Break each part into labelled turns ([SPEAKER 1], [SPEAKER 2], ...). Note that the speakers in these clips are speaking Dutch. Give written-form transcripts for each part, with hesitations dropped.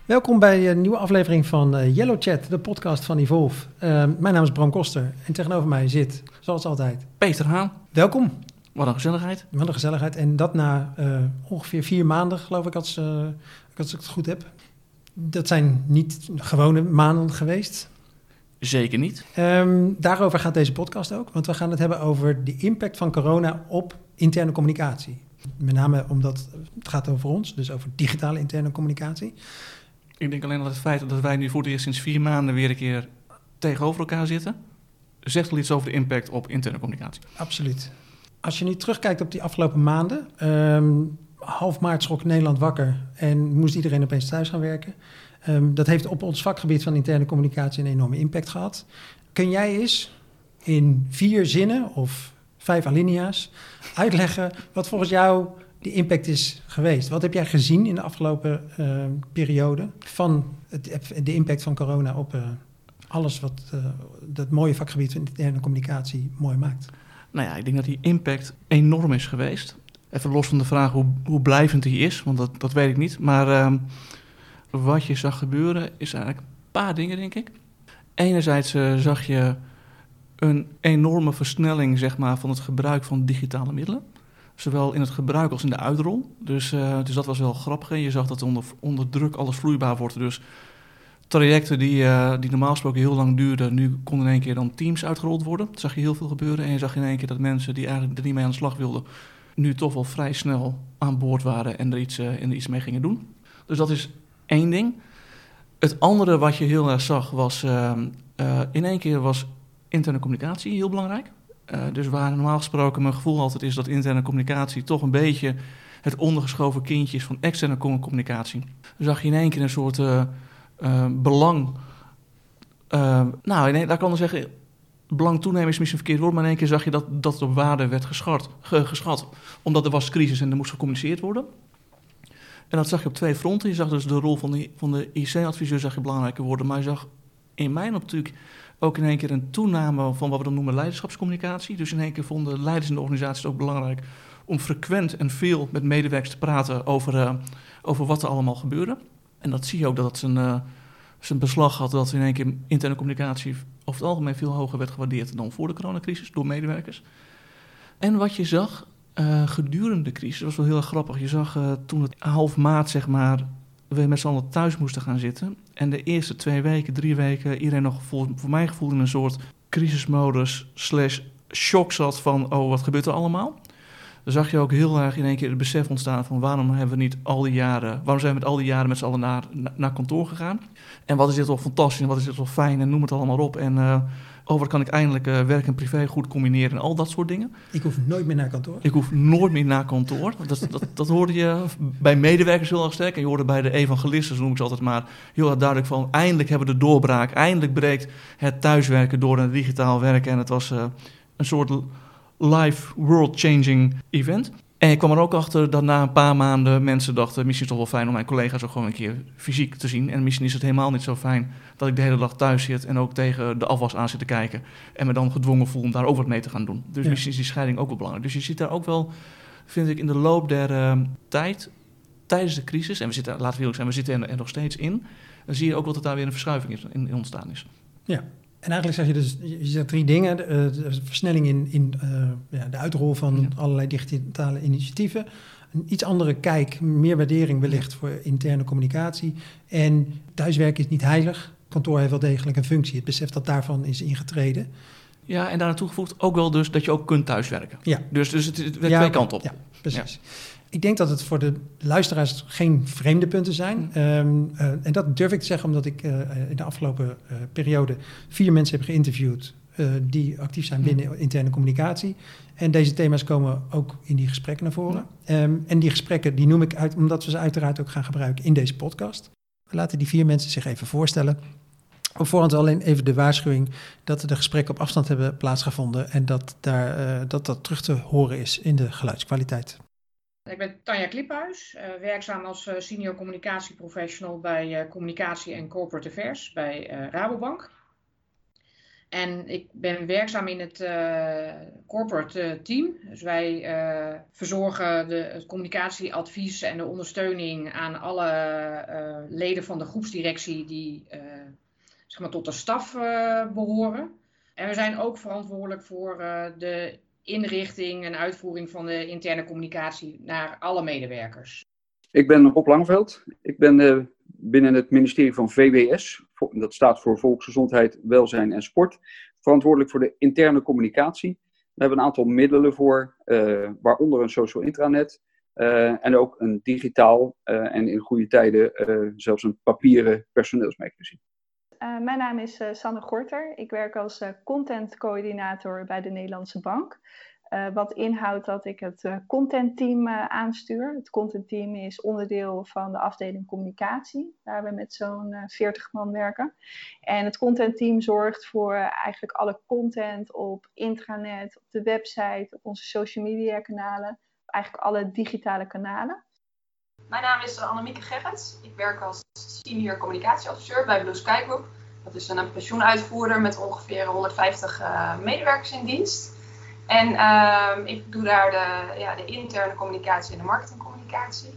[SPEAKER 1] Welkom bij een nieuwe aflevering van Yellow Chat, de podcast van Evolve. Mijn naam is Bram Koster en tegenover mij zit, zoals altijd,
[SPEAKER 2] Peter Haan.
[SPEAKER 1] Welkom.
[SPEAKER 2] Wat een gezelligheid.
[SPEAKER 1] Wat een gezelligheid. En dat na ongeveer 4 maanden, geloof ik, als ik het goed heb. Dat zijn niet gewone maanden geweest.
[SPEAKER 2] Zeker niet.
[SPEAKER 1] Daarover gaat deze podcast ook, want we gaan het hebben over de impact van corona op interne communicatie. Met name omdat het gaat over ons, dus over digitale interne communicatie.
[SPEAKER 2] Ik denk alleen dat het feit dat wij nu voor het eerst sinds 4 maanden weer een keer tegenover elkaar zitten, zegt wel iets over de impact op interne communicatie.
[SPEAKER 1] Absoluut. Als je nu terugkijkt op die afgelopen maanden, half maart schrok Nederland wakker en moest iedereen opeens thuis gaan werken. Dat heeft op ons vakgebied van interne communicatie een enorme impact gehad. Kun jij eens in 4 zinnen of 5 alinea's uitleggen wat volgens jou de impact is geweest? Wat heb jij gezien in de afgelopen periode van de impact van corona op alles wat dat mooie vakgebied van interne communicatie mooi maakt?
[SPEAKER 2] Nou ja, ik denk dat die impact enorm is geweest. Even los van de vraag hoe blijvend die is, want dat weet ik niet. Maar wat je zag gebeuren is eigenlijk een paar dingen, denk ik. Enerzijds zag je een enorme versnelling, zeg maar, van het gebruik van digitale middelen. Zowel in het gebruik als in de uitrol. Dus dat was wel grappig. Je zag dat onder druk alles vloeibaar wordt. Dus trajecten die normaal gesproken heel lang duurden, nu konden in één keer dan Teams uitgerold worden. Dat zag je heel veel gebeuren. En je zag in één keer dat mensen die eigenlijk er niet mee aan de slag wilden, nu toch wel vrij snel aan boord waren en er iets mee gingen doen. Dus dat is één ding. Het andere wat je heel erg zag was, in één keer was interne communicatie heel belangrijk. Dus waar normaal gesproken mijn gevoel altijd is dat interne communicatie toch een beetje het ondergeschoven kindje is van externe communicatie. Dan zag je in één keer een soort belang. Daar kan ik zeggen, belang toenemen is misschien een verkeerd woord, maar in één keer zag je dat het op waarde werd geschat. Omdat er was crisis en er moest gecommuniceerd worden. En dat zag je op 2 fronten. Je zag dus de rol van de IC-adviseur zag je belangrijker worden, maar je zag in mijn optiek ook in één keer een toename van wat we dan noemen leiderschapscommunicatie. Dus in één keer vonden leiders in de organisaties ook belangrijk om frequent en veel met medewerkers te praten over wat er allemaal gebeurde. En dat zie je ook dat het zijn beslag had dat in één keer interne communicatie over het algemeen veel hoger werd gewaardeerd dan voor de coronacrisis door medewerkers. En wat je zag gedurende de crisis, dat was wel heel erg grappig. Je zag toen het half maart, zeg maar, we met z'n allen thuis moesten gaan zitten. En de eerste 2 weken, 3 weken, iedereen nog voor mijn gevoel in een soort crisismodus / shock zat van, oh, wat gebeurt er allemaal? Dan zag je ook heel erg in één keer het besef ontstaan van waarom zijn we met al die jaren met z'n allen naar kantoor gegaan? En wat is dit toch fantastisch en wat is dit toch fijn en noem het allemaal op. En wat kan ik eindelijk werk en privé goed combineren en al dat soort dingen.
[SPEAKER 1] Ik hoef nooit meer naar kantoor.
[SPEAKER 2] Ik hoef nooit meer naar kantoor. Dat hoorde je bij medewerkers heel erg sterk. En je hoorde bij de evangelisten, zo noem ik ze altijd maar, heel erg duidelijk van, eindelijk hebben we de doorbraak. Eindelijk breekt het thuiswerken door een digitaal werken. En het was een soort life world-changing event. En ik kwam er ook achter dat na een paar maanden mensen dachten, misschien is het toch wel fijn om mijn collega's ook gewoon een keer fysiek te zien. En misschien is het helemaal niet zo fijn dat ik de hele dag thuis zit en ook tegen de afwas aan zit te kijken. En me dan gedwongen voel om daar ook wat mee te gaan doen. Dus misschien is die scheiding ook wel belangrijk. Dus je ziet daar ook wel, vind ik, in de loop der tijd, tijdens de crisis, en laten we eerlijk zijn, we zitten er nog steeds in. Dan zie je ook wel dat daar weer een verschuiving in ontstaan is.
[SPEAKER 1] Ja. En eigenlijk zeg je dus, je zegt 3 dingen. De versnelling in de uitrol van allerlei digitale initiatieven. Een iets andere kijk, meer waardering wellicht voor interne communicatie. En thuiswerken is niet heilig. Kantoor heeft wel degelijk een functie. Het besef dat daarvan is ingetreden.
[SPEAKER 2] Ja, en daar naartoe gevoegd ook wel dus dat je ook kunt thuiswerken. Ja. Dus het werkt 2 kanten op.
[SPEAKER 1] Ja, precies. Ja. Ik denk dat het voor de luisteraars geen vreemde punten zijn. En dat durf ik te zeggen omdat ik in de afgelopen periode 4 mensen heb geïnterviewd die actief zijn binnen interne communicatie. En deze thema's komen ook in die gesprekken naar voren. En die gesprekken die noem ik uit omdat we ze uiteraard ook gaan gebruiken in deze podcast. We laten die 4 mensen zich even voorstellen. Op voorhand alleen even de waarschuwing dat de gesprekken op afstand hebben plaatsgevonden en dat terug te horen is in de geluidskwaliteit.
[SPEAKER 3] Ik ben Tanja Kliphuis, werkzaam als senior communicatieprofessional bij communicatie en corporate affairs bij Rabobank. En ik ben werkzaam in het corporate team. Dus wij verzorgen het communicatieadvies en de ondersteuning aan alle leden van de groepsdirectie die zeg maar tot de staf behoren. En we zijn ook verantwoordelijk voor de inrichting en uitvoering van de interne communicatie naar alle medewerkers.
[SPEAKER 4] Ik ben Rob Langeveld. Ik ben binnen het ministerie van VWS, dat staat voor Volksgezondheid, Welzijn en Sport, verantwoordelijk voor de interne communicatie. We hebben een aantal middelen voor, waaronder een social intranet en ook een digitaal en in goede tijden zelfs een papieren personeelsmagazine.
[SPEAKER 5] Mijn naam is Sanne Gorter. Ik werk als contentcoördinator bij de Nederlandse Bank. Wat inhoudt dat ik het contentteam aanstuur. Het contentteam is onderdeel van de afdeling communicatie, waar we met zo'n 40 man werken. En het contentteam zorgt voor eigenlijk alle content op intranet, op de website, op onze social media kanalen, eigenlijk alle digitale kanalen.
[SPEAKER 6] Mijn naam is Annemieke Gerrits. Ik werk als senior communicatieadviseur bij Blue Sky Group. Dat is een pensioenuitvoerder met ongeveer 150 medewerkers in dienst. En ik doe daar de interne communicatie en de marketingcommunicatie.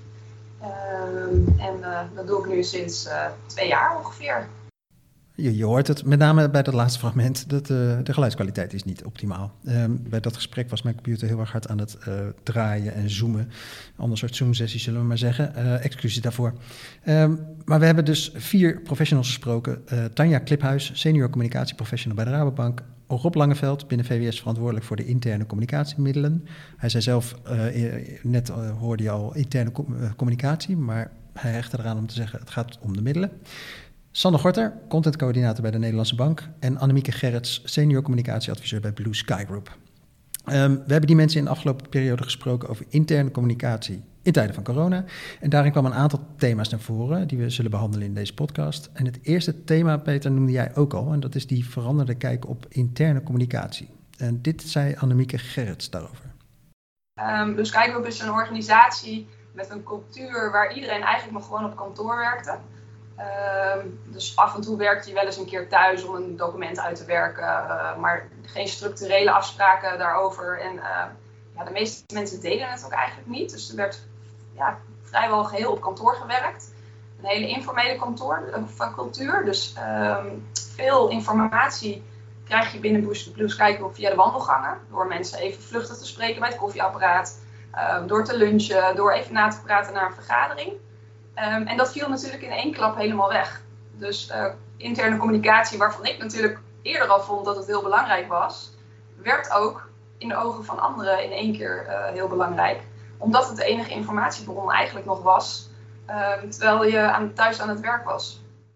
[SPEAKER 6] Dat doe ik nu sinds 2 jaar ongeveer.
[SPEAKER 1] Je hoort het met name bij dat laatste fragment, dat de geluidskwaliteit is niet optimaal. Bij dat gesprek was mijn computer heel erg hard aan het draaien en zoomen. Ander soort Zoom-sessie zullen we maar zeggen. Excuses daarvoor. Maar we hebben dus 4 professionals gesproken. Tanja Kliphuis, senior communicatieprofessional bij de Rabobank. Rob Langeveld, binnen VWS verantwoordelijk voor de interne communicatiemiddelen. Hij zei zelf, net hoorde je al interne communicatie, maar hij hechtte eraan om te zeggen, het gaat om de middelen. Sanne Gorter, contentcoördinator bij de Nederlandse Bank. En Annemieke Gerrits, senior communicatieadviseur bij Blue Sky Group. We hebben die mensen in de afgelopen periode gesproken over interne communicatie in tijden van corona. En daarin kwam een aantal thema's naar voren die we zullen behandelen in deze podcast. En het eerste thema, Peter, noemde jij ook al. En dat is die veranderde kijk op interne communicatie. En dit zei Annemieke Gerrits daarover.
[SPEAKER 6] Blue Sky Group is een organisatie met een cultuur waar iedereen eigenlijk nog gewoon op kantoor werkte. Dus af en toe werkte je wel eens een keer thuis om een document uit te werken, maar geen structurele afspraken daarover. En de meeste mensen deden het ook eigenlijk niet. Dus er werd vrijwel geheel op kantoor gewerkt. Een hele informele cultuur. Dus veel informatie krijg je binnen Blue Sky Group via de wandelgangen. Door mensen even vluchtig te spreken bij het koffieapparaat. Door te lunchen, door even na te praten naar een vergadering. En dat viel natuurlijk in 1 klap helemaal weg. Dus interne communicatie, waarvan ik natuurlijk eerder al vond dat het heel belangrijk was, werd ook in de ogen van anderen in 1 keer heel belangrijk. Omdat het de enige informatiebron eigenlijk nog was, terwijl je thuis aan het werk was.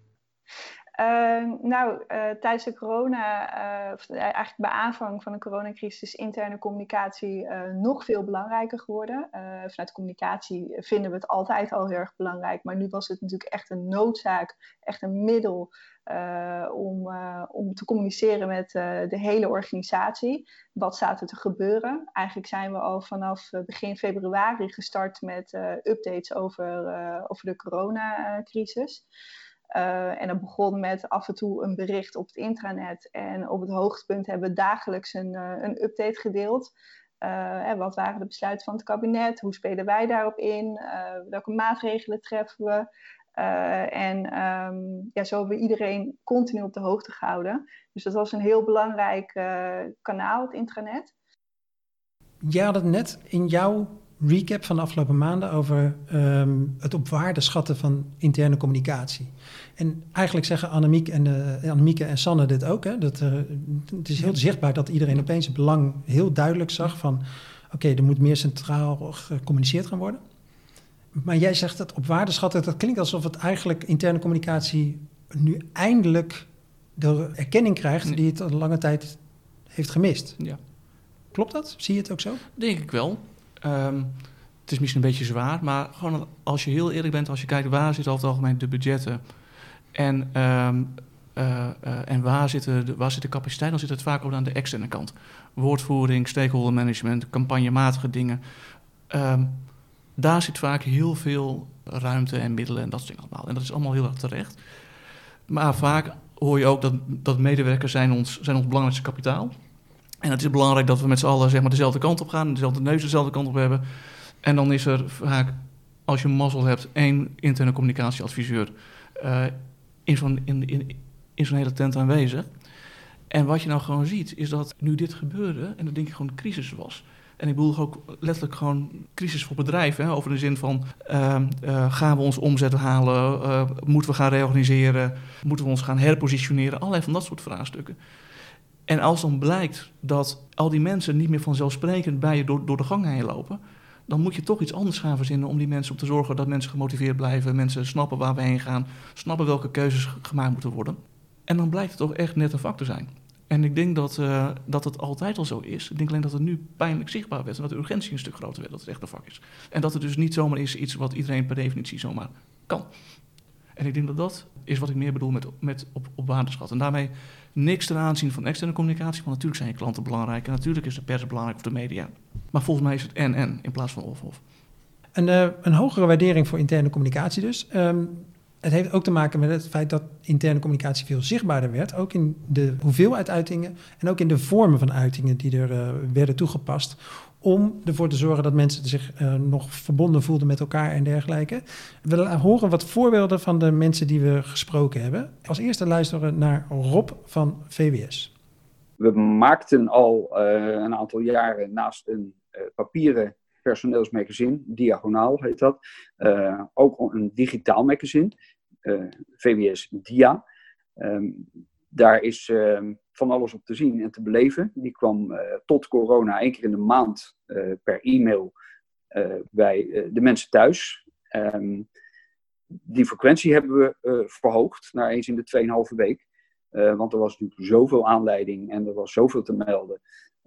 [SPEAKER 5] Tijdens de corona, eigenlijk bij aanvang van de coronacrisis, is interne communicatie nog veel belangrijker geworden. Vanuit communicatie vinden we het altijd al heel erg belangrijk, maar nu was het natuurlijk echt een noodzaak, echt een middel om te communiceren met de hele organisatie. Wat staat er te gebeuren? Eigenlijk zijn we al vanaf begin februari gestart met updates over de coronacrisis. En dat begon met af en toe een bericht op het intranet. En op het hoogtepunt hebben we dagelijks een update gedeeld. Wat waren de besluiten van het kabinet? Hoe spelen wij daarop in? Welke maatregelen treffen we? Zo hebben we iedereen continu op de hoogte gehouden. Dus dat was een heel belangrijk kanaal, het intranet.
[SPEAKER 1] Je had het net in jouw recap van de afgelopen maanden over het op waarde schatten van interne communicatie. En eigenlijk zeggen Annemieke en Sanne dit ook. Hè? Het is heel zichtbaar dat iedereen opeens het belang heel duidelijk zag van oké, er moet meer centraal gecommuniceerd gaan worden. Maar jij zegt dat op waarde schatten, dat klinkt alsof het eigenlijk interne communicatie nu eindelijk de erkenning krijgt die het al lange tijd heeft gemist.
[SPEAKER 2] Ja.
[SPEAKER 1] Klopt dat? Zie je het ook zo?
[SPEAKER 2] Denk ik wel. Het is misschien een beetje zwaar, maar gewoon als je heel eerlijk bent, als je kijkt waar zitten over het algemeen de budgetten en waar zit de capaciteit, dan zit het vaak ook aan de externe kant. Woordvoering, stakeholder management, campagnematige dingen. Daar zit vaak heel veel ruimte en middelen en dat soort dingen allemaal. En dat is allemaal heel erg terecht. Maar vaak hoor je ook dat medewerkers zijn ons belangrijkste kapitaal. En het is belangrijk dat we met z'n allen zeg maar, dezelfde kant op gaan, dezelfde neus dezelfde kant op hebben. En dan is er vaak, als je mazzel hebt, 1 interne communicatieadviseur in zo'n hele tent aanwezig. En wat je nou gewoon ziet, is dat nu dit gebeurde, en dat denk ik gewoon een crisis was. En ik bedoel ook letterlijk gewoon crisis voor bedrijven. Hè, over de zin van, gaan we ons omzet halen? Moeten we gaan reorganiseren? Moeten we ons gaan herpositioneren? Allerlei van dat soort vraagstukken. En als dan blijkt dat al die mensen niet meer vanzelfsprekend bij je door de gang heen lopen, dan moet je toch iets anders gaan verzinnen om die mensen op te zorgen dat mensen gemotiveerd blijven, mensen snappen waar we heen gaan, snappen welke keuzes gemaakt moeten worden. En dan blijkt het toch echt net een vak te zijn. En ik denk dat het altijd al zo is. Ik denk alleen dat het nu pijnlijk zichtbaar werd en dat de urgentie een stuk groter werd, dat het echt een vak is. En dat het dus niet zomaar is iets wat iedereen per definitie zomaar kan. En ik denk dat dat is wat ik meer bedoel met op waardeschat. En daarmee niks ten aanzien van externe communicatie, want natuurlijk zijn je klanten belangrijk en natuurlijk is de pers belangrijk of de media. Maar volgens mij is het en in plaats van of.
[SPEAKER 1] Een hogere waardering voor interne communicatie dus. Het heeft ook te maken met het feit dat interne communicatie veel zichtbaarder werd. Ook in de hoeveelheid uitingen en ook in de vormen van uitingen die er werden toegepast. Om ervoor te zorgen dat mensen zich nog verbonden voelden met elkaar en dergelijke. We horen wat voorbeelden van de mensen die we gesproken hebben. Als eerste luisteren naar Rob van VWS.
[SPEAKER 4] We maakten al een aantal jaren naast een papieren personeelsmagazine, Diagonaal heet dat, ook een digitaal magazine, VWS Dia. Daar is van alles op te zien en te beleven. Die kwam tot corona 1 keer in de maand per e-mail bij de mensen thuis. Die frequentie hebben we verhoogd naar eens in de 2,5 week. Want er was natuurlijk zoveel aanleiding en er was zoveel te melden.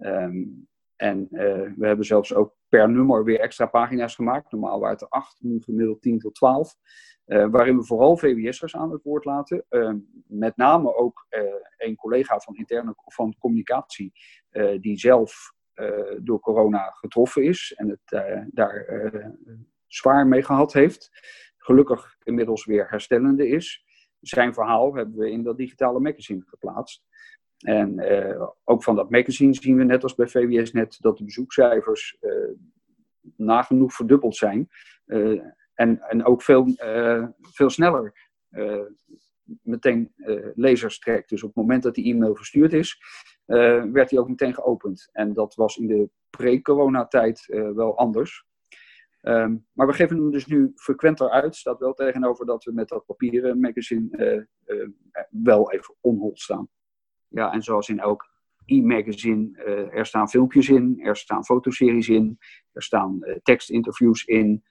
[SPEAKER 4] En we hebben zelfs ook per nummer weer extra pagina's gemaakt. Normaal waren het er 8, nu gemiddeld 10 tot 12. Waarin we vooral VWS'ers aan het woord laten. Met name ook een collega van communicatie die zelf door corona getroffen is. En het daar zwaar mee gehad heeft. Gelukkig inmiddels weer herstellende is. Zijn verhaal hebben we in dat digitale magazine geplaatst. En ook van dat magazine zien we net als bij VWS net dat de bezoekcijfers nagenoeg verdubbeld zijn. En ook veel sneller meteen lezers trekt. Dus op het moment dat die e-mail verstuurd is, werd die ook meteen geopend. En dat was in de pre-corona-tijd wel anders. Maar we geven hem dus nu frequenter uit. Staat wel tegenover dat we met dat papieren magazine wel even onhold staan. Ja, en zoals in elk e-magazine, er staan filmpjes in, er staan fotoseries in, er staan tekstinterviews in.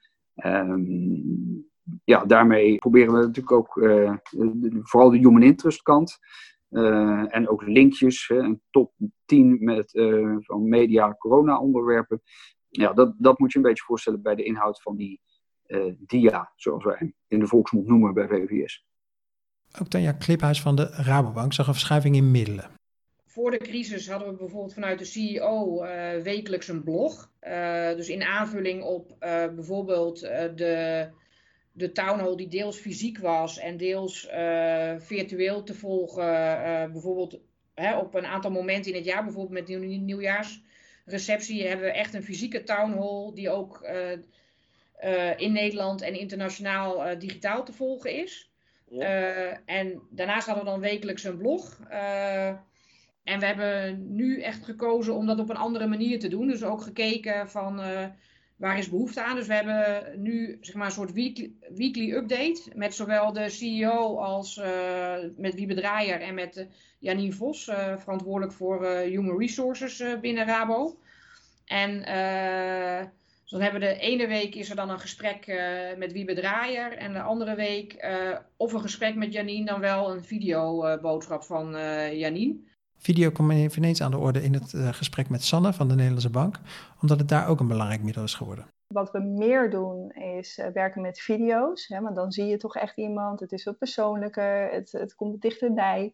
[SPEAKER 4] Daarmee proberen we natuurlijk ook vooral de human interest kant. En ook linkjes, een top 10 van media corona onderwerpen. Ja, dat moet je een beetje voorstellen bij de inhoud van die dia, zoals wij hem in de volksmond noemen bij VWS.
[SPEAKER 1] Ook Tanja Kliphuis van de Rabobank zag een verschuiving in middelen.
[SPEAKER 3] Voor de crisis hadden we bijvoorbeeld vanuit de CEO wekelijks een blog. Dus in aanvulling op bijvoorbeeld de town hall die deels fysiek was en deels virtueel te volgen. Bijvoorbeeld op een aantal momenten in het jaar, bijvoorbeeld met nieuwjaarsreceptie, hebben we echt een fysieke town hall die ook in Nederland en internationaal digitaal te volgen is. Ja. En daarnaast hadden we dan wekelijks een blog. En we hebben nu echt gekozen om dat op een andere manier te doen. Dus ook gekeken van waar is behoefte aan. Dus we hebben nu zeg maar een soort weekly update. Met zowel de CEO als met Wiebe Draaier en met Janine Vos. Verantwoordelijk voor Human Resources binnen Rabo. En dus dan hebben we de ene week is er dan een gesprek met Wiebe Draaier. En de andere week of een gesprek met Janine, dan wel een videoboodschap van Janine.
[SPEAKER 1] Video kwam ineens aan de orde in het gesprek met Sanne van de Nederlandse Bank, omdat het daar ook een belangrijk middel is geworden.
[SPEAKER 5] Wat we meer doen is werken met video's, want dan zie je toch echt iemand, het is wat persoonlijker, het komt dichterbij.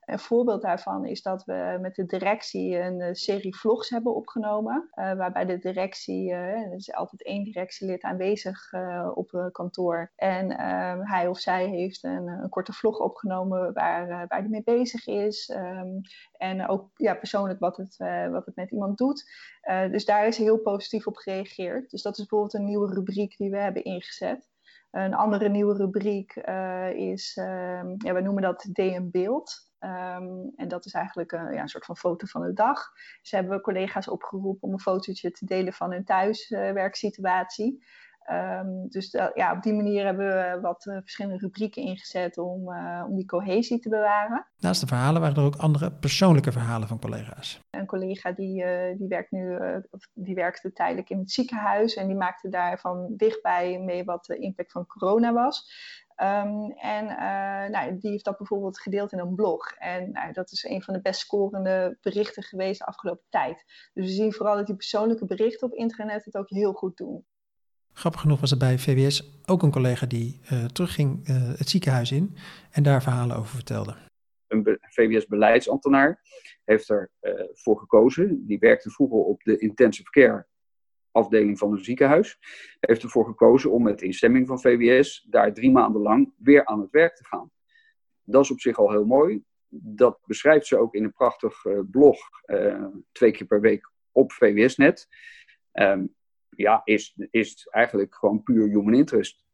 [SPEAKER 5] Een voorbeeld daarvan is dat we met de directie een serie vlogs hebben opgenomen. Waarbij de directie, er is altijd 1 directielid aanwezig op kantoor. En hij of zij heeft een korte vlog opgenomen waar hij mee bezig is. En ook persoonlijk wat het met iemand doet. Dus daar is heel positief op gereageerd. Dus dat is bijvoorbeeld een nieuwe rubriek die we hebben ingezet. Een andere nieuwe rubriek is, we noemen dat DM Beeld. En dat is eigenlijk een soort van foto van de dag. Dus hebben we collega's opgeroepen om een fotootje te delen van hun thuiswerksituatie. Dus op die manier hebben we wat verschillende rubrieken ingezet om die cohesie te bewaren.
[SPEAKER 1] Naast de verhalen waren er ook andere persoonlijke verhalen van collega's.
[SPEAKER 5] Een collega die werkte tijdelijk in het ziekenhuis en die maakte daar van dichtbij mee wat de impact van corona was. Die heeft dat bijvoorbeeld gedeeld in een blog. En dat is een van de best scorende berichten geweest de afgelopen tijd. Dus we zien vooral dat die persoonlijke berichten op internet het ook heel goed doen.
[SPEAKER 1] Grappig genoeg was er bij VWS ook een collega die terugging het ziekenhuis in en daar verhalen over vertelde.
[SPEAKER 4] Een VWS-beleidsambtenaar heeft ervoor gekozen. Die werkte vroeger op de intensive care afdeling van een ziekenhuis. Heeft ervoor gekozen om met instemming van VWS daar 3 maanden lang weer aan het werk te gaan. Dat is op zich al heel mooi. Dat beschrijft ze ook in een prachtig blog 2 keer per week op VWS-net. Is eigenlijk gewoon puur human interest.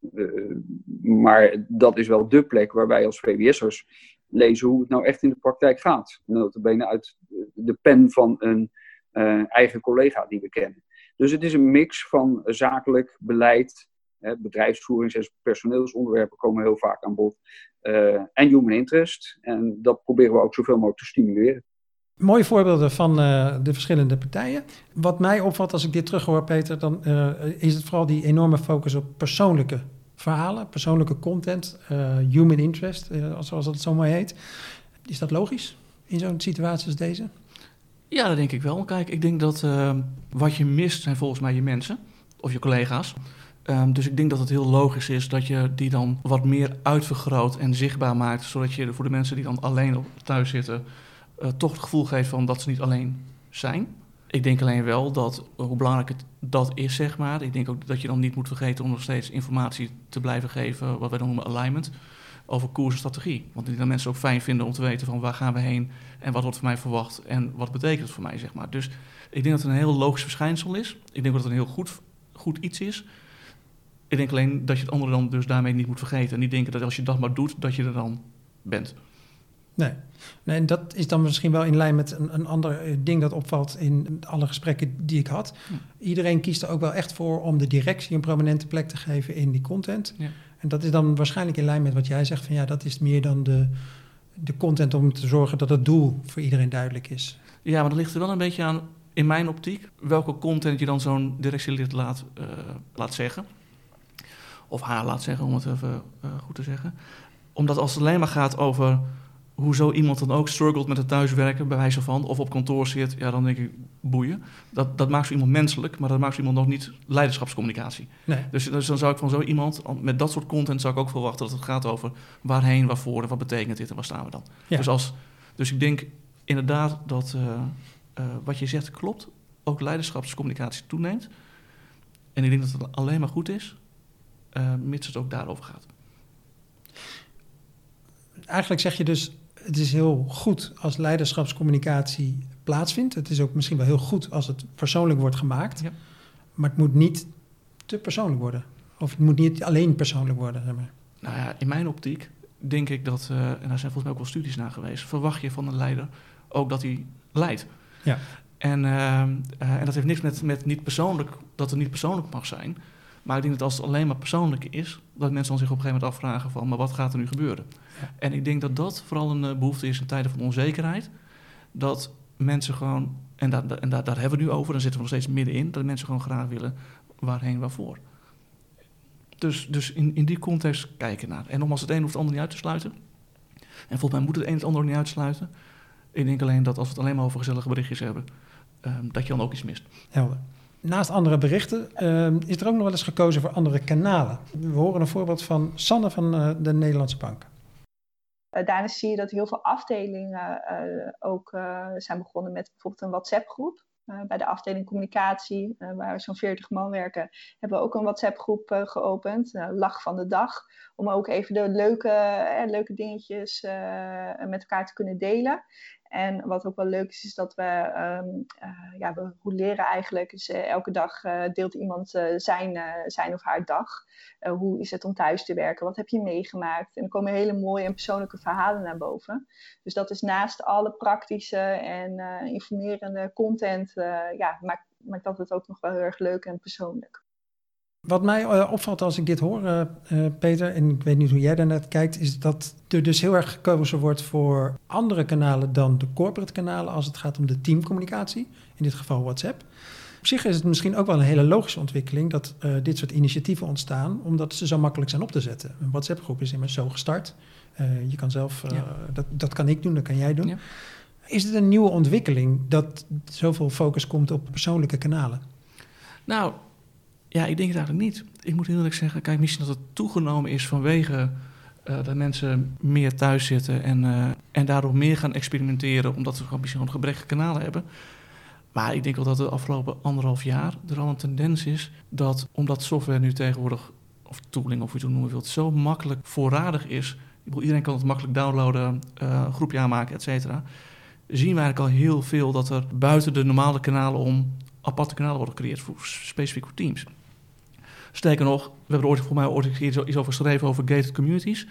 [SPEAKER 4] Maar dat is wel dé plek waar wij als VWS'ers lezen hoe het nou echt in de praktijk gaat. Notabene uit de pen van een eigen collega die we kennen. Dus het is een mix van zakelijk beleid, bedrijfsvoerings- en personeelsonderwerpen komen heel vaak aan bod. En human interest. En dat proberen we ook zoveel mogelijk te stimuleren.
[SPEAKER 1] Mooie voorbeelden van de verschillende partijen. Wat mij opvalt als ik dit terughoor, Peter, dan is het vooral die enorme focus op persoonlijke verhalen, persoonlijke content, human interest, zoals dat zo mooi heet. Is dat logisch in zo'n situatie als deze?
[SPEAKER 2] Ja, dat denk ik wel. Kijk, ik denk dat wat je mist zijn volgens mij je mensen of je collega's. Dus ik denk dat het heel logisch is dat je die dan wat meer uitvergroot en zichtbaar maakt, zodat je voor de mensen die dan alleen thuis zitten toch het gevoel geeft van dat ze niet alleen zijn. Ik denk alleen wel dat, hoe belangrijk dat is, zeg maar. Ik denk ook dat je dan niet moet vergeten om nog steeds informatie te blijven geven, wat wij dan noemen alignment, over koers en strategie. Want ik denk dat mensen ook fijn vinden om te weten van waar gaan we heen en wat wordt van mij verwacht en wat betekent het voor mij, zeg maar. Dus ik denk dat het een heel logisch verschijnsel is. Ik denk dat het een heel goed iets is. Ik denk alleen dat je het andere dan dus daarmee niet moet vergeten. En niet denken dat als je dat maar doet, dat je er dan bent.
[SPEAKER 1] Nee, en dat is dan misschien wel in lijn met een ander ding dat opvalt in alle gesprekken die ik had. Ja. Iedereen kiest er ook wel echt voor om de directie een prominente plek te geven in die content. Ja. En dat is dan waarschijnlijk in lijn met wat jij zegt van ja, dat is meer dan de content om te zorgen dat het doel voor iedereen duidelijk is.
[SPEAKER 2] Ja, maar dat ligt er wel een beetje aan, in mijn optiek, welke content je dan zo'n directielid laat zeggen. Of haar laat zeggen, om het even goed te zeggen. Omdat als het alleen maar gaat over hoe zo iemand dan ook struggelt met het thuiswerken, bij wijze van, of op kantoor zit, ja, dan denk ik, boeien. Dat maakt zo iemand menselijk, maar dat maakt zo iemand nog niet leiderschapscommunicatie. Nee. Dus dan zou ik van zo iemand, met dat soort content zou ik ook verwachten dat het gaat over waarheen, waarvoor en wat betekent dit en waar staan we dan. Ja. Dus ik denk inderdaad dat wat je zegt klopt, ook leiderschapscommunicatie toeneemt. En ik denk dat het alleen maar goed is, mits het ook daarover gaat.
[SPEAKER 1] Eigenlijk zeg je dus, het is heel goed als leiderschapscommunicatie plaatsvindt. Het is ook misschien wel heel goed als het persoonlijk wordt gemaakt. Ja. Maar het moet niet te persoonlijk worden. Of het moet niet alleen persoonlijk worden. Zeg maar.
[SPEAKER 2] Nou ja, in mijn optiek denk ik dat, en daar zijn volgens mij ook wel studies naar geweest, verwacht je van een leider ook dat hij leidt. Ja. En dat heeft niks met niet persoonlijk, dat het niet persoonlijk mag zijn. Maar ik denk dat als het alleen maar persoonlijk is, dat mensen dan zich op een gegeven moment afvragen van, maar wat gaat er nu gebeuren? Ja. En ik denk dat dat vooral een behoefte is in tijden van onzekerheid. Dat mensen gewoon, en daar hebben we het nu over, daar zitten we nog steeds middenin, dat mensen gewoon graag willen waarheen, waarvoor. Dus in die context kijken naar. En nogmaals, het een hoeft het ander niet uit te sluiten. En volgens mij moet het een het ander niet uitsluiten. Ik denk alleen dat als we het alleen maar over gezellige berichtjes hebben, dat je dan ook iets mist.
[SPEAKER 1] Helder. Naast andere berichten is er ook nog wel eens gekozen voor andere kanalen. We horen een voorbeeld van Sanne van de Nederlandse Bank.
[SPEAKER 5] Daarnaast zie je dat heel veel afdelingen ook zijn begonnen met bijvoorbeeld een WhatsApp-groep. Bij de afdeling communicatie, waar zo'n 40 man werken, hebben we ook een WhatsApp-groep geopend. Lach van de dag. Om ook even de leuke dingetjes met elkaar te kunnen delen. En wat ook wel leuk is dat we roleren eigenlijk. Dus elke dag deelt iemand zijn of haar dag. Hoe is het om thuis te werken? Wat heb je meegemaakt? En er komen hele mooie en persoonlijke verhalen naar boven. Dus dat is naast alle praktische en informerende content, maakt dat het ook nog wel heel erg leuk en persoonlijk.
[SPEAKER 1] Wat mij opvalt als ik dit hoor, Peter, en ik weet niet hoe jij daarnaar kijkt, is dat er dus heel erg gekozen wordt voor andere kanalen dan de corporate kanalen als het gaat om de teamcommunicatie, in dit geval WhatsApp. Op zich is het misschien ook wel een hele logische ontwikkeling dat dit soort initiatieven ontstaan, omdat ze zo makkelijk zijn op te zetten. Een WhatsApp-groep is immers zo gestart. Je kan zelf, dat kan ik doen, dat kan jij doen. Ja. Is het een nieuwe ontwikkeling dat zoveel focus komt op persoonlijke kanalen?
[SPEAKER 2] Nou, ja, ik denk het eigenlijk niet. Ik moet heel eerlijk zeggen, kijk, misschien dat het toegenomen is vanwege dat mensen meer thuis zitten en daardoor meer gaan experimenteren, omdat ze gewoon gebrekkige kanalen hebben. Maar ik denk wel dat de afgelopen 1,5 jaar er al een tendens is dat, omdat software nu tegenwoordig, of tooling of hoe je het noemen wilt, zo makkelijk voorradig is. Iedereen kan het makkelijk downloaden, een groepje aanmaken, et cetera. Zien we eigenlijk al heel veel dat er buiten de normale kanalen om aparte kanalen worden gecreëerd, specifiek voor teams. Sterker nog, we hebben er volgens mij ooit iets over geschreven over gated communities.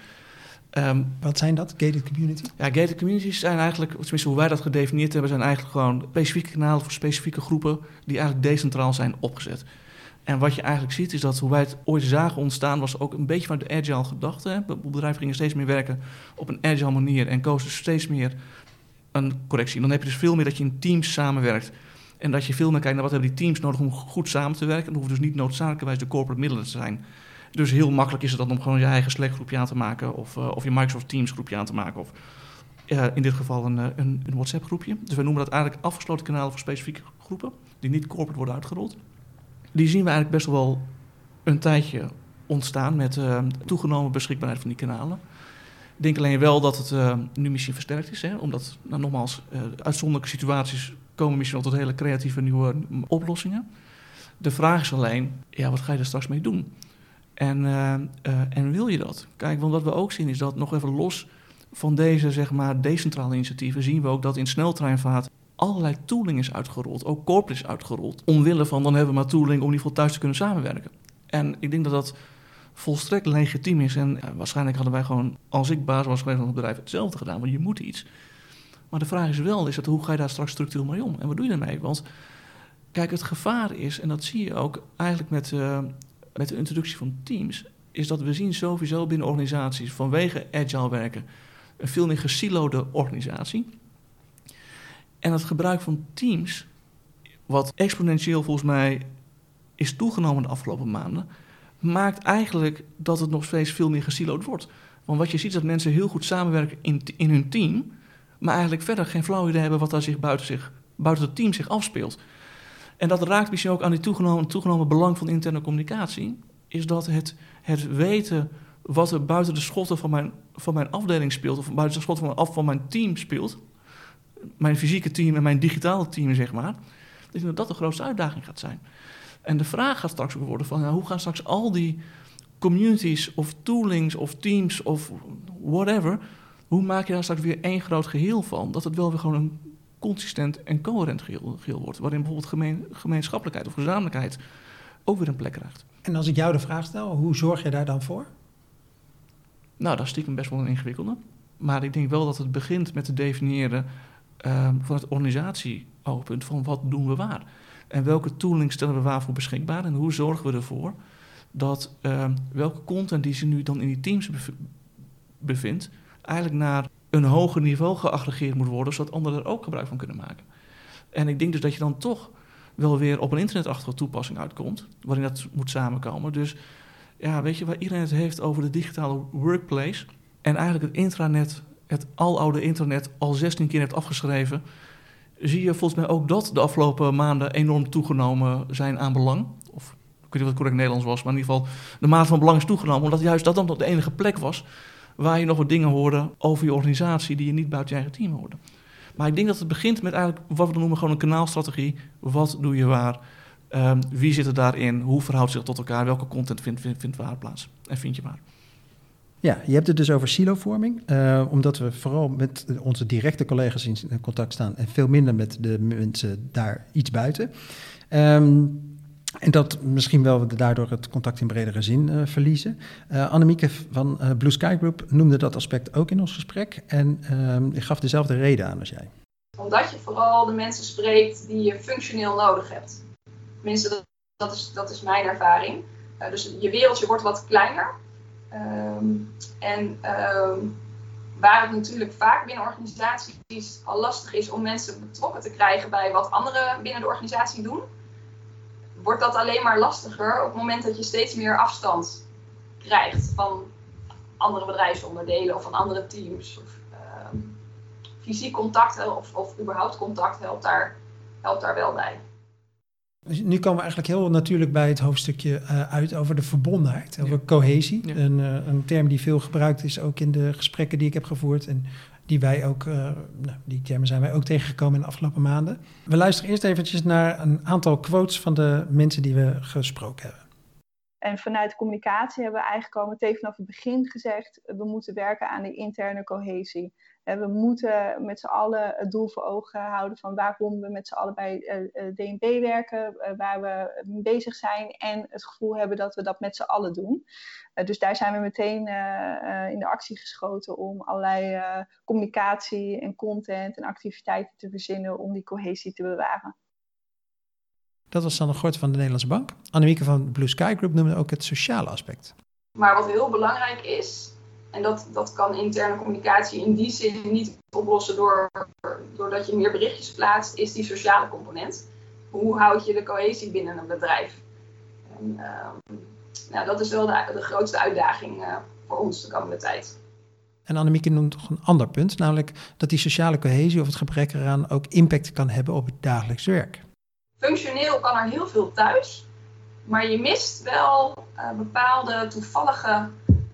[SPEAKER 1] Wat zijn dat, gated communities?
[SPEAKER 2] Ja, gated communities zijn eigenlijk, tenminste hoe wij dat gedefinieerd hebben, zijn eigenlijk gewoon specifieke kanalen voor specifieke groepen die eigenlijk decentraal zijn opgezet. En wat je eigenlijk ziet is dat hoe wij het ooit zagen ontstaan was ook een beetje vanuit de agile gedachte. Hè. Bedrijven gingen steeds meer werken op een agile manier en kozen dus steeds meer een correctie. Dan heb je dus veel meer dat je in teams samenwerkt. En dat je veel meer kijkt naar wat hebben die teams nodig om goed samen te werken. En dat hoeft dus niet noodzakelijkerwijs de corporate middelen te zijn. Dus heel makkelijk is het dan om gewoon je eigen Slack groepje aan te maken. Of je Microsoft Teams groepje aan te maken. Of in dit geval een WhatsApp groepje. Dus wij noemen dat eigenlijk afgesloten kanalen voor specifieke groepen. Die niet corporate worden uitgerold. Die zien we eigenlijk best wel een tijdje ontstaan met toegenomen beschikbaarheid van die kanalen. Ik denk alleen wel dat het nu misschien versterkt is. Hè? Omdat, nogmaals, uitzonderlijke situaties komen misschien wel tot hele creatieve nieuwe oplossingen. De vraag is alleen, wat ga je er straks mee doen? En wil je dat? Kijk, want wat we ook zien is dat nog even los van deze, zeg maar, decentrale initiatieven, zien we ook dat in sneltreinvaart allerlei tooling is uitgerold. Ook corporate is uitgerold. Omwille van, dan hebben we maar tooling om in ieder geval thuis te kunnen samenwerken. En ik denk dat dat volstrekt legitiem is. En waarschijnlijk hadden wij gewoon, als ik baas was geweest van het bedrijf, hetzelfde gedaan. Want je moet iets. Maar de vraag is wel, hoe ga je daar straks structureel mee om? En wat doe je daarmee? Want kijk, het gevaar is, en dat zie je ook eigenlijk met de introductie van teams, is dat we zien sowieso binnen organisaties vanwege agile werken een veel meer gesilode organisatie. En het gebruik van teams, wat exponentieel volgens mij is toegenomen de afgelopen maanden, maakt eigenlijk dat het nog steeds veel meer gesiloed wordt. Want wat je ziet is dat mensen heel goed samenwerken in hun team, maar eigenlijk verder geen flauw idee hebben wat daar zich buiten het team zich afspeelt. En dat raakt misschien ook aan die toegenomen belang van interne communicatie, is dat het weten wat er buiten de schotten van mijn afdeling speelt, of buiten de schotten van mijn team speelt, mijn fysieke team en mijn digitale team, zeg maar, dat de grootste uitdaging gaat zijn. En de vraag gaat straks ook worden van, hoe gaan straks al die communities of toolings of teams of whatever, hoe maak je daar straks weer één groot geheel van, dat het wel weer gewoon een consistent en coherent geheel wordt, waarin bijvoorbeeld gemeenschappelijkheid of gezamenlijkheid ook weer een plek krijgt.
[SPEAKER 1] En als ik jou de vraag stel, hoe zorg je daar dan voor?
[SPEAKER 2] Nou, dat is stiekem best wel een ingewikkelde. Maar ik denk wel dat het begint met het definiëren van het organisatieoogpunt van wat doen we waar. En welke tooling stellen we waarvoor beschikbaar en hoe zorgen we ervoor dat welke content die ze nu dan in die teams bevindt, eigenlijk naar een hoger niveau geaggregeerd moet worden, zodat anderen er ook gebruik van kunnen maken. En ik denk dus dat je dan toch wel weer op een internetachtige toepassing uitkomt, waarin dat moet samenkomen. Dus ja, weet je, waar iedereen het heeft over de digitale workplace en eigenlijk het intranet, het aloude internet, al 16 keer heeft afgeschreven, zie je volgens mij ook dat de afgelopen maanden enorm toegenomen zijn aan belang. Of ik weet niet wat het correct Nederlands was, maar in ieder geval de mate van belang is toegenomen, omdat juist dat dan de enige plek was waar je nog wat dingen hoorde over je organisatie die je niet buiten je eigen team hoorde. Maar ik denk dat het begint met eigenlijk wat we noemen gewoon een kanaalstrategie. Wat doe je waar? Wie zit er daarin? Hoe verhoudt zich tot elkaar? Welke content vindt waar plaats? En vind je waar?
[SPEAKER 1] Ja, je hebt het dus over silovorming, omdat we vooral met onze directe collega's in contact staan en veel minder met de mensen daar iets buiten. En dat misschien wel we daardoor het contact in bredere zin verliezen. Annemieke van Blue Sky Group noemde dat aspect ook in ons gesprek en die gaf dezelfde reden aan als jij.
[SPEAKER 6] Omdat je vooral de mensen spreekt die je functioneel nodig hebt. Tenminste, dat is mijn ervaring. Dus je wereldje wordt wat kleiner. Waar het natuurlijk vaak binnen organisaties al lastig is om mensen betrokken te krijgen bij wat anderen binnen de organisatie doen, wordt dat alleen maar lastiger op het moment dat je steeds meer afstand krijgt van andere bedrijfsonderdelen of van andere teams. Of, fysiek contact of überhaupt contact helpt daar wel bij.
[SPEAKER 1] Dus nu komen we eigenlijk heel natuurlijk bij het hoofdstukje uit over de verbondenheid, over cohesie. Ja. Een term die veel gebruikt is ook in de gesprekken die ik heb gevoerd en die wij ook, die termen zijn wij ook tegengekomen in de afgelopen maanden. We luisteren eerst eventjes naar een aantal quotes van de mensen die we gesproken hebben.
[SPEAKER 5] En vanuit communicatie hebben we eigenlijk al meteen vanaf het begin gezegd, we moeten werken aan de interne cohesie. We moeten met z'n allen het doel voor ogen houden van waarom we met z'n allen bij DNB werken, waar we mee bezig zijn en het gevoel hebben dat we dat met z'n allen doen. Dus daar zijn we meteen in de actie geschoten om allerlei communicatie en content en activiteiten te verzinnen om die cohesie te bewaren.
[SPEAKER 1] Dat was Sanne Gort van de Nederlandse Bank. Annemieke van Blue Sky Group noemde ook het sociale aspect.
[SPEAKER 6] Maar wat heel belangrijk is, en dat kan interne communicatie in die zin niet oplossen doordat je meer berichtjes plaatst, is die sociale component. Hoe houd je de cohesie binnen een bedrijf? En, dat is wel de grootste uitdaging voor ons de komende tijd.
[SPEAKER 1] En Annemieke noemt nog een ander punt, namelijk dat die sociale cohesie of het gebrek eraan ook impact kan hebben op het dagelijks werk.
[SPEAKER 6] Functioneel kan er heel veel thuis, maar je mist wel bepaalde toevallige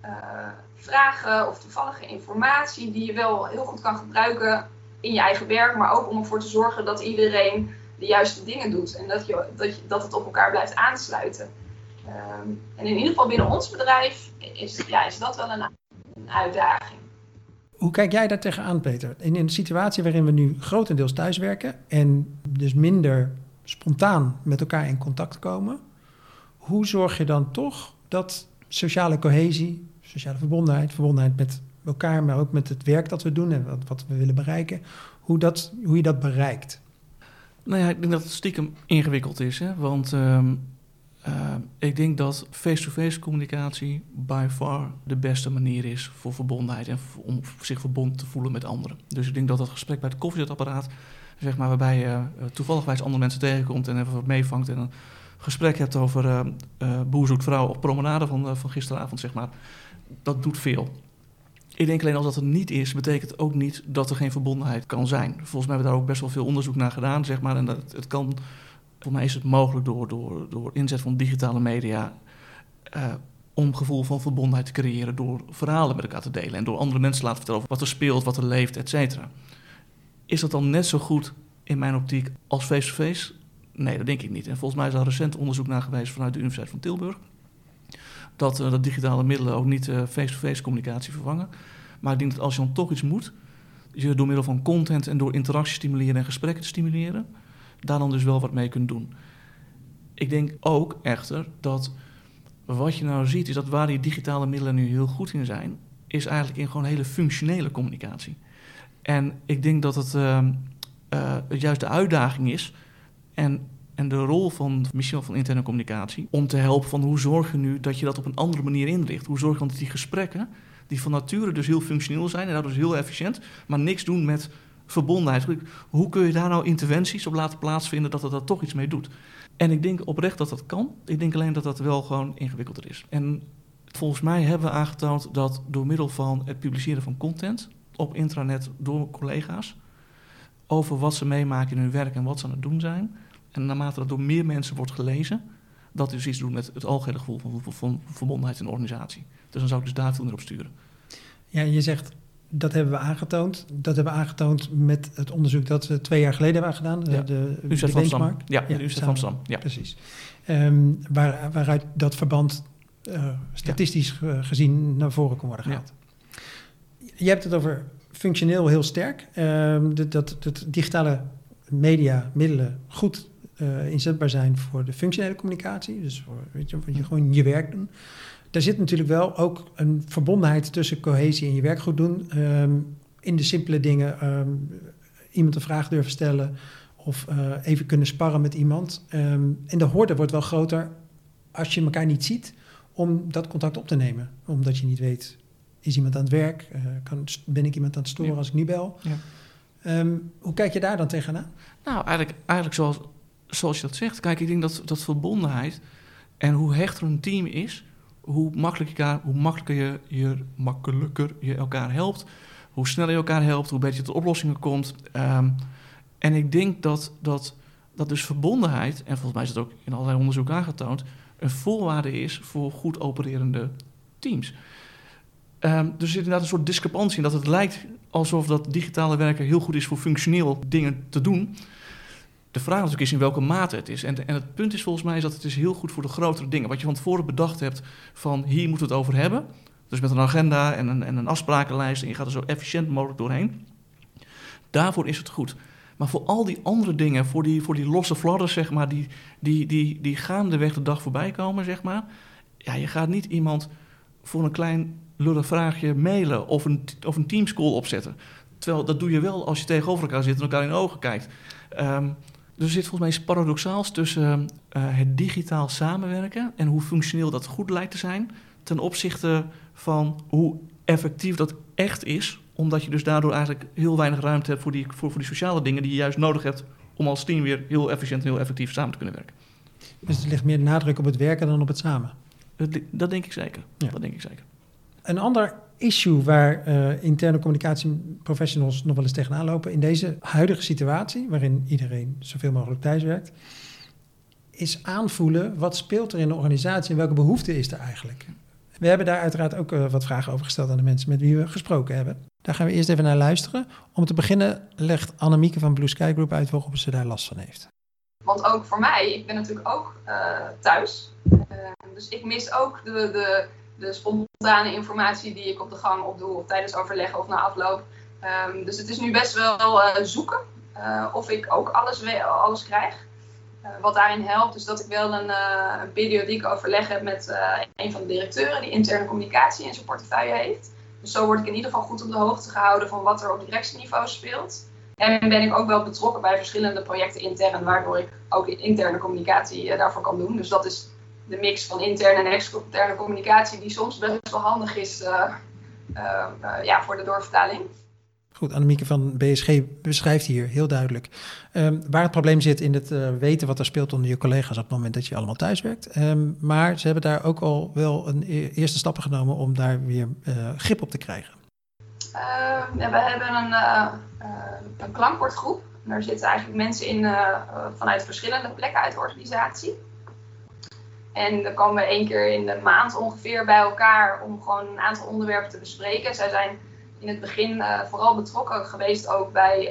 [SPEAKER 6] vragen of toevallige informatie die je wel heel goed kan gebruiken in je eigen werk, maar ook om ervoor te zorgen dat iedereen de juiste dingen doet en dat het op elkaar blijft aansluiten. En in ieder geval binnen ons bedrijf is dat wel een uitdaging.
[SPEAKER 1] Hoe kijk jij daar tegenaan, Peter? In een situatie waarin we nu grotendeels thuiswerken en dus minder spontaan met elkaar in contact komen, hoe zorg je dan toch dat sociale cohesie, sociale verbondenheid met elkaar, maar ook met het werk dat we doen en wat we willen bereiken, hoe je dat bereikt?
[SPEAKER 2] Nou ja, ik denk dat het stiekem ingewikkeld is, hè? Want ik denk dat face-to-face communicatie by far de beste manier is voor verbondenheid en om zich verbonden te voelen met anderen. Dus ik denk dat dat gesprek bij het koffiezetapparaat, zeg maar, waarbij je toevallig andere mensen tegenkomt en even wat meevangt en een gesprek hebt over boer zoekt vrouw op promenade van gisteravond, zeg maar, dat doet veel. Ik denk alleen als dat er niet is, betekent ook niet dat er geen verbondenheid kan zijn. Volgens mij hebben we daar ook best wel veel onderzoek naar gedaan, zeg maar, en dat het kan. Voor mij is het mogelijk door inzet van digitale media om een gevoel van verbondenheid te creëren door verhalen met elkaar te delen en door andere mensen te laten vertellen over wat er speelt, wat er leeft, et cetera. Is dat dan net zo goed in mijn optiek als face-to-face? Nee, dat denk ik niet. En volgens mij is er recent onderzoek naar geweest vanuit de Universiteit van Tilburg dat digitale middelen ook niet face-to-face communicatie vervangen. Maar ik denk dat als je dan toch iets moet, je door middel van content en door interactie stimuleren en gesprekken te stimuleren, daar dan dus wel wat mee kunt doen. Ik denk ook echter dat wat je nou ziet, is dat waar die digitale middelen nu heel goed in zijn, is eigenlijk in gewoon hele functionele communicatie. En ik denk dat het juist de uitdaging is en de rol van misschien wel van interne communicatie om te helpen van hoe zorg je nu dat je dat op een andere manier inricht. Hoe zorg je dan dat die gesprekken, die van nature dus heel functioneel zijn en daardoor dus heel efficiënt, maar niks doen met verbondenheid. Hoe kun je daar nou interventies op laten plaatsvinden dat het daar toch iets mee doet? En ik denk oprecht dat dat kan. Ik denk alleen dat dat wel gewoon ingewikkelder is. En volgens mij hebben we aangetoond dat door middel van het publiceren van content op intranet door collega's over wat ze meemaken in hun werk en wat ze aan het doen zijn, en naarmate dat door meer mensen wordt gelezen, dat dus iets doet met het algehele gevoel van verbondenheid in de organisatie. Dus dan zou ik dus daar veel meer op sturen.
[SPEAKER 1] Ja, je zegt, dat hebben we aangetoond. Dat hebben we aangetoond met het onderzoek dat we 2 jaar geleden hebben gedaan. De benchmark.
[SPEAKER 2] Ja, de UZ van Amsterdam. Ja.
[SPEAKER 1] Precies. Waaruit dat verband statistisch gezien naar voren kon worden gehaald. Ja. Je hebt het over functioneel heel sterk. Dat digitale middelen goed inzetbaar zijn voor de functionele communicatie. Dus voor gewoon je werk doen. Daar zit natuurlijk wel ook een verbondenheid tussen cohesie en je werk goed doen. In de simpele dingen, iemand een vraag durven stellen of even kunnen sparren met iemand. En de horde wordt wel groter als je elkaar niet ziet om dat contact op te nemen. Omdat je niet weet, is iemand aan het werk? Ben ik iemand aan het storen als ik nu bel? Ja. Hoe kijk je daar dan tegenaan?
[SPEAKER 2] Nou, eigenlijk zoals je dat zegt. Kijk, ik denk dat verbondenheid en hoe hechter een team is, hoe makkelijker je elkaar helpt, hoe sneller je elkaar helpt, hoe beter je tot oplossingen komt. En ik denk dat dus verbondenheid, en volgens mij is het ook in allerlei onderzoek aangetoond, een voorwaarde is voor goed opererende teams. Er zit inderdaad een soort discrepantie in dat het lijkt alsof dat digitale werken heel goed is voor functioneel dingen te doen. De vraag natuurlijk is in welke mate het is. En het punt is volgens mij is dat het is heel goed voor de grotere dingen. Wat je van tevoren bedacht hebt van hier moeten we het over hebben. Dus met een agenda en een afsprakenlijst en je gaat er zo efficiënt mogelijk doorheen. Daarvoor is het goed. Maar voor al die andere dingen, voor die losse fladders, zeg maar, die gaandeweg de dag voorbij komen, zeg maar. Ja, je gaat niet iemand voor een klein lullig vraagje mailen of een Teams-call opzetten. Terwijl dat doe je wel als je tegenover elkaar zit en elkaar in de ogen kijkt. Dus er zit volgens mij iets paradoxaals tussen het digitaal samenwerken en hoe functioneel dat goed lijkt te zijn, ten opzichte van hoe effectief dat echt is, omdat je dus daardoor eigenlijk heel weinig ruimte hebt voor die sociale dingen die je juist nodig hebt om als team weer heel efficiënt en heel effectief samen te kunnen werken.
[SPEAKER 1] Dus er ligt meer nadruk op het werken dan op het samen?
[SPEAKER 2] Dat denk ik zeker. Ja. Dat denk ik zeker.
[SPEAKER 1] Een ander issue waar interne communicatieprofessionals nog wel eens tegenaan lopen in deze huidige situatie, waarin iedereen zoveel mogelijk thuiswerkt, is aanvoelen wat speelt er in de organisatie en welke behoefte is er eigenlijk. We hebben daar uiteraard ook wat vragen over gesteld aan de mensen met wie we gesproken hebben. Daar gaan we eerst even naar luisteren. Om te beginnen legt Annemieke van Blue Sky Group uit waarom ze daar last van heeft.
[SPEAKER 6] Want ook voor mij, ik ben natuurlijk ook thuis. Dus ik mis ook de spontane informatie die ik op de gang opdoe of tijdens overleggen of na afloop. Dus het is nu best wel zoeken of ik ook alles krijg. Wat daarin helpt is dat ik wel een periodiek overleg heb met een van de directeuren die interne communicatie in zijn portefeuille heeft. Dus zo word ik in ieder geval goed op de hoogte gehouden van wat er op directieniveau speelt. En ben ik ook wel betrokken bij verschillende projecten intern, waardoor ik ook interne communicatie daarvoor kan doen. Dus dat is de mix van interne en externe communicatie die soms best wel handig is voor de doorvertaling.
[SPEAKER 1] Goed, Annemieke van BSG beschrijft hier heel duidelijk waar het probleem zit in het weten wat er speelt onder je collega's op het moment dat je allemaal thuiswerkt. Maar ze hebben daar ook al wel een eerste stappen genomen om daar weer grip op te krijgen.
[SPEAKER 6] We hebben een klankbordgroep. Daar zitten eigenlijk mensen in vanuit verschillende plekken uit de organisatie. En dan komen we 1 keer in de maand ongeveer bij elkaar om gewoon een aantal onderwerpen te bespreken. Zij zijn in het begin vooral betrokken geweest ook bij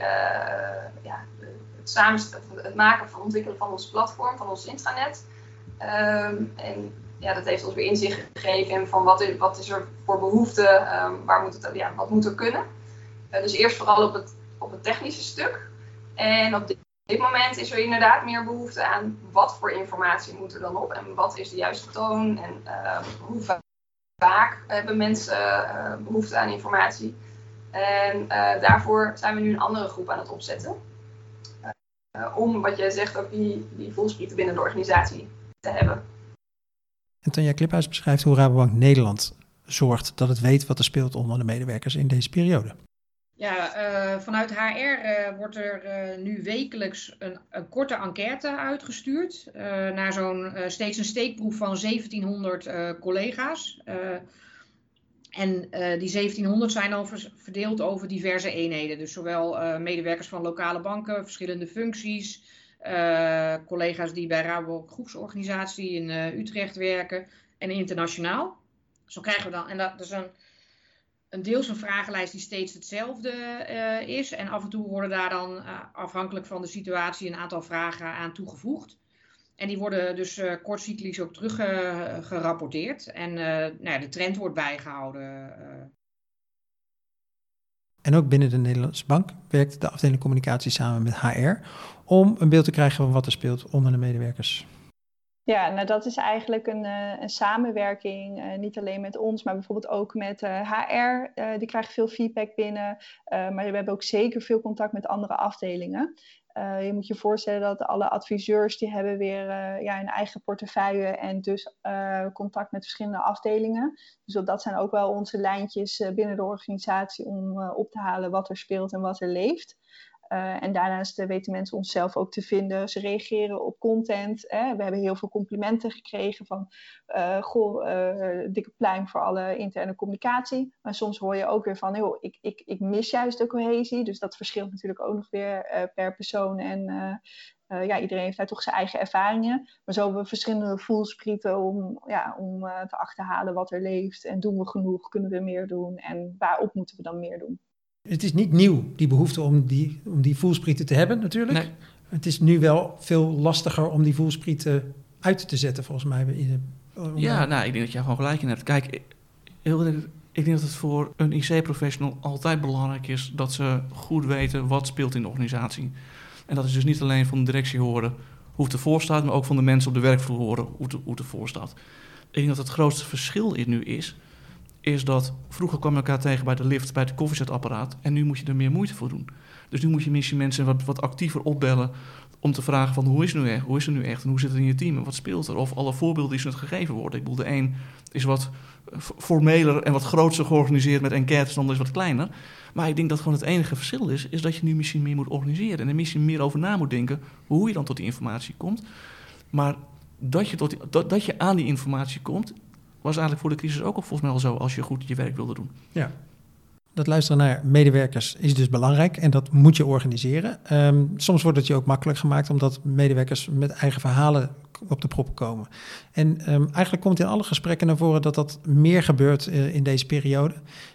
[SPEAKER 6] het maken van ontwikkelen van ons platform, van ons intranet. En dat heeft ons weer inzicht gegeven in van wat is er voor behoefte, wat moet er kunnen. Dus eerst vooral op het technische stuk. En op dit moment is er inderdaad meer behoefte aan wat voor informatie moet er dan op en wat is de juiste toon en hoe vaak hebben mensen behoefte aan informatie. En daarvoor zijn we nu een andere groep aan het opzetten. Om, wat jij zegt, ook die voelsprieten binnen de organisatie te hebben.
[SPEAKER 1] En Tanja Kliphuis beschrijft hoe Rabobank Nederland zorgt dat het weet wat er speelt onder de medewerkers in deze periode.
[SPEAKER 3] Ja, vanuit HR wordt er nu wekelijks een korte enquête uitgestuurd naar steeds een steekproef van 1700 collega's. En die 1700 zijn dan verdeeld over diverse eenheden. Dus zowel medewerkers van lokale banken, verschillende functies, collega's die bij Rabobank groepsorganisatie in Utrecht werken en internationaal. Zo krijgen we dan, en dat is deels een vragenlijst die steeds hetzelfde is. En af en toe worden daar dan afhankelijk van de situatie een aantal vragen aan toegevoegd. En die worden dus kortcyclisch ook teruggerapporteerd. En de trend wordt bijgehouden.
[SPEAKER 1] En ook binnen de Nederlandse Bank werkt de afdeling communicatie samen met HR om een beeld te krijgen van wat er speelt onder de medewerkers.
[SPEAKER 5] Ja, nou dat is eigenlijk een samenwerking, niet alleen met ons, maar bijvoorbeeld ook met HR. Die krijgt veel feedback binnen, maar we hebben ook zeker veel contact met andere afdelingen. Je moet je voorstellen dat alle adviseurs die hebben weer hun eigen portefeuille en dus contact met verschillende afdelingen. Dus dat zijn ook wel onze lijntjes binnen de organisatie om op te halen wat er speelt en wat er leeft. En daarnaast weten mensen onszelf ook te vinden. Ze reageren op content. We hebben heel veel complimenten gekregen van dikke pluim voor alle interne communicatie. Maar soms hoor je ook weer van, ik mis juist de cohesie. Dus dat verschilt natuurlijk ook nog weer per persoon. En iedereen heeft daar toch zijn eigen ervaringen. Maar zo hebben we verschillende voelsprieten om te achterhalen wat er leeft. En doen we genoeg? Kunnen we meer doen? En waarop moeten we dan meer doen?
[SPEAKER 1] Het is niet nieuw, die behoefte om die voelsprieten te hebben natuurlijk.
[SPEAKER 2] Nee.
[SPEAKER 1] Het is nu wel veel lastiger om die voelsprieten uit te zetten, volgens mij.
[SPEAKER 2] Ik denk dat je gewoon gelijk in hebt. Kijk, ik denk dat het voor een IC-professional altijd belangrijk is dat ze goed weten wat speelt in de organisatie. En dat is dus niet alleen van de directie horen hoe het ervoor staat, maar ook van de mensen op de werkvloer horen hoe het ervoor staat. Ik denk dat het grootste verschil nu is dat vroeger kwam je elkaar tegen bij de lift, bij het koffiezetapparaat. En nu moet je er meer moeite voor doen. Dus nu moet je misschien mensen wat actiever opbellen om te vragen van hoe is het nu echt en hoe zit het in je team en wat speelt er? Of alle voorbeelden die ze gegeven worden. Ik bedoel, de een is wat formeler en wat groter georganiseerd met enquêtes, de ander is wat kleiner. Maar ik denk dat gewoon het enige verschil is dat je nu misschien meer moet organiseren en er misschien meer over na moet denken hoe je dan tot die informatie komt. Maar dat je aan die informatie komt, was eigenlijk voor de crisis ook volgens mij al zo als je goed je werk wilde doen.
[SPEAKER 1] Ja, dat luisteren naar medewerkers is dus belangrijk en dat moet je organiseren. Soms wordt het je ook makkelijk gemaakt omdat medewerkers met eigen verhalen op de proppen komen. En eigenlijk komt in alle gesprekken naar voren dat meer gebeurt in deze periode.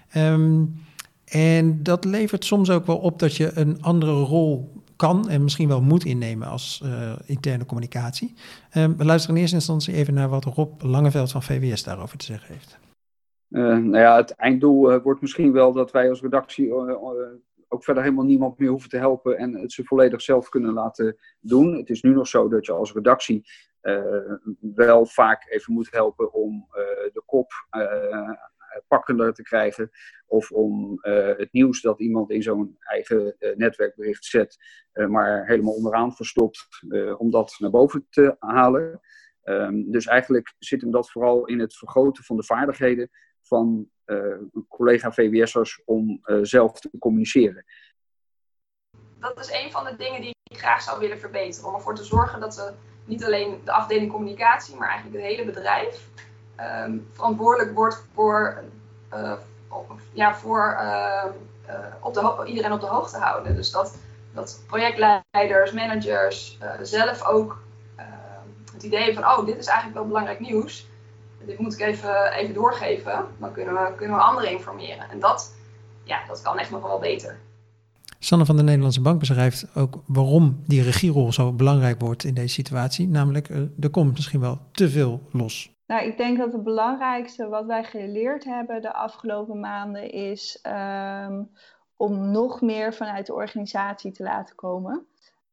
[SPEAKER 1] En dat levert soms ook wel op dat je een andere rol kan en misschien wel moet innemen als interne communicatie. We luisteren in eerste instantie even naar wat Rob Langeveld van VWS daarover te zeggen heeft.
[SPEAKER 4] Het einddoel wordt misschien wel dat wij als redactie ook verder helemaal niemand meer hoeven te helpen en het ze volledig zelf kunnen laten doen. Het is nu nog zo dat je als redactie wel vaak even moet helpen om de kop pakkender te krijgen of om het nieuws dat iemand in zo'n eigen netwerkbericht zet, maar helemaal onderaan verstopt, om dat naar boven te halen. Dus eigenlijk zit hem dat vooral in het vergroten van de vaardigheden van collega VWS'ers om zelf te communiceren.
[SPEAKER 6] Dat is een van de dingen die ik graag zou willen verbeteren. Om ervoor te zorgen dat we niet alleen de afdeling communicatie, maar eigenlijk het hele bedrijf verantwoordelijk wordt voor iedereen op de hoogte houden. Dus dat projectleiders, managers zelf ook het idee van, dit is eigenlijk wel belangrijk nieuws. Dit moet ik even doorgeven. Dan kunnen we anderen informeren. En dat kan echt nog wel beter.
[SPEAKER 1] Sanne van de Nederlandse Bank beschrijft ook waarom die regierol zo belangrijk wordt in deze situatie. Namelijk, er komt misschien wel te veel los.
[SPEAKER 5] Nou, ik denk dat het belangrijkste wat wij geleerd hebben de afgelopen maanden is om nog meer vanuit de organisatie te laten komen.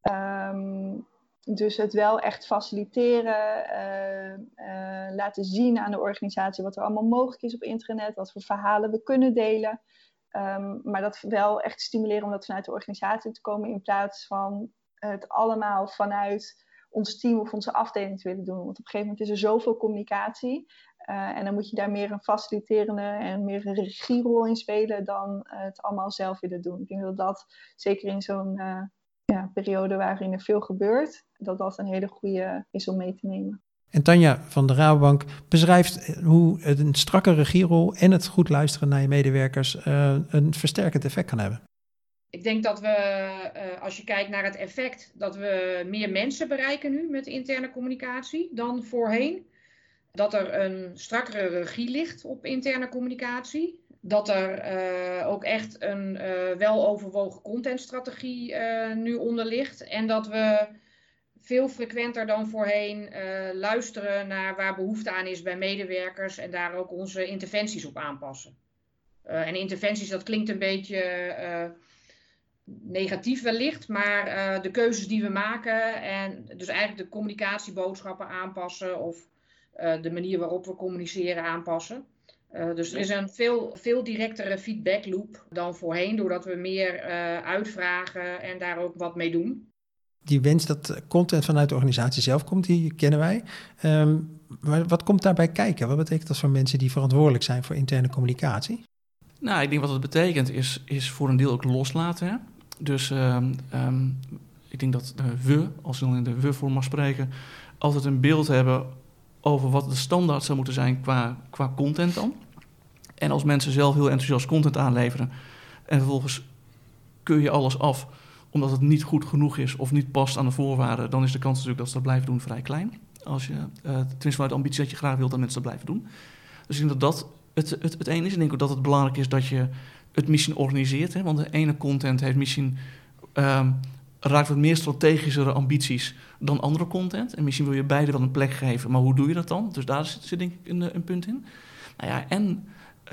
[SPEAKER 5] Dus het wel echt faciliteren, laten zien aan de organisatie wat er allemaal mogelijk is op internet, wat voor verhalen we kunnen delen. Maar dat wel echt stimuleren om dat vanuit de organisatie te komen in plaats van het allemaal vanuit ons team of onze afdeling te willen doen. Want op een gegeven moment is er zoveel communicatie en dan moet je daar meer een faciliterende en meer een regierol in spelen dan het allemaal zelf willen doen. Ik denk dat dat zeker in zo'n periode waarin er veel gebeurt, dat een hele goede is om mee te nemen.
[SPEAKER 1] En Tanja van de Rabobank beschrijft hoe een strakke regierol en het goed luisteren naar je medewerkers een versterkend effect kan hebben.
[SPEAKER 3] Ik denk dat we, als je kijkt naar het effect, dat we meer mensen bereiken nu met interne communicatie dan voorheen. Dat er een strakkere regie ligt op interne communicatie. Dat er ook echt een weloverwogen contentstrategie nu onder ligt. En dat we veel frequenter dan voorheen luisteren naar waar behoefte aan is bij medewerkers en daar ook onze interventies op aanpassen. En interventies, dat klinkt een beetje negatief wellicht, maar de keuzes die we maken en dus eigenlijk de communicatieboodschappen aanpassen of de manier waarop we communiceren aanpassen. Dus er is een veel directere feedback loop dan voorheen, doordat we meer uitvragen en daar ook wat mee doen.
[SPEAKER 1] Die wens dat content vanuit de organisatie zelf komt, die kennen wij. Maar wat komt daarbij kijken? Wat betekent dat voor mensen die verantwoordelijk zijn voor interne communicatie?
[SPEAKER 2] Nou, ik denk wat het betekent is voor een deel ook loslaten. Hè? Dus ik denk dat we, als we dan in de we-vorm mag spreken, altijd een beeld hebben over wat de standaard zou moeten zijn qua content dan. En als mensen zelf heel enthousiast content aanleveren en vervolgens keur je alles af omdat het niet goed genoeg is of niet past aan de voorwaarden, dan is de kans natuurlijk dat ze dat blijven doen vrij klein. Als je, tenminste vanuit de ambitie dat je graag wilt dat mensen dat blijven doen. Dus ik denk dat het ene is. Ik denk ook dat het belangrijk is dat je het misschien organiseert. Hè? Want de ene content heeft misschien raakt wat meer strategischere ambities dan andere content. En misschien wil je beide wel een plek geven, maar hoe doe je dat dan? Dus daar zit denk ik een punt in. Nou ja, en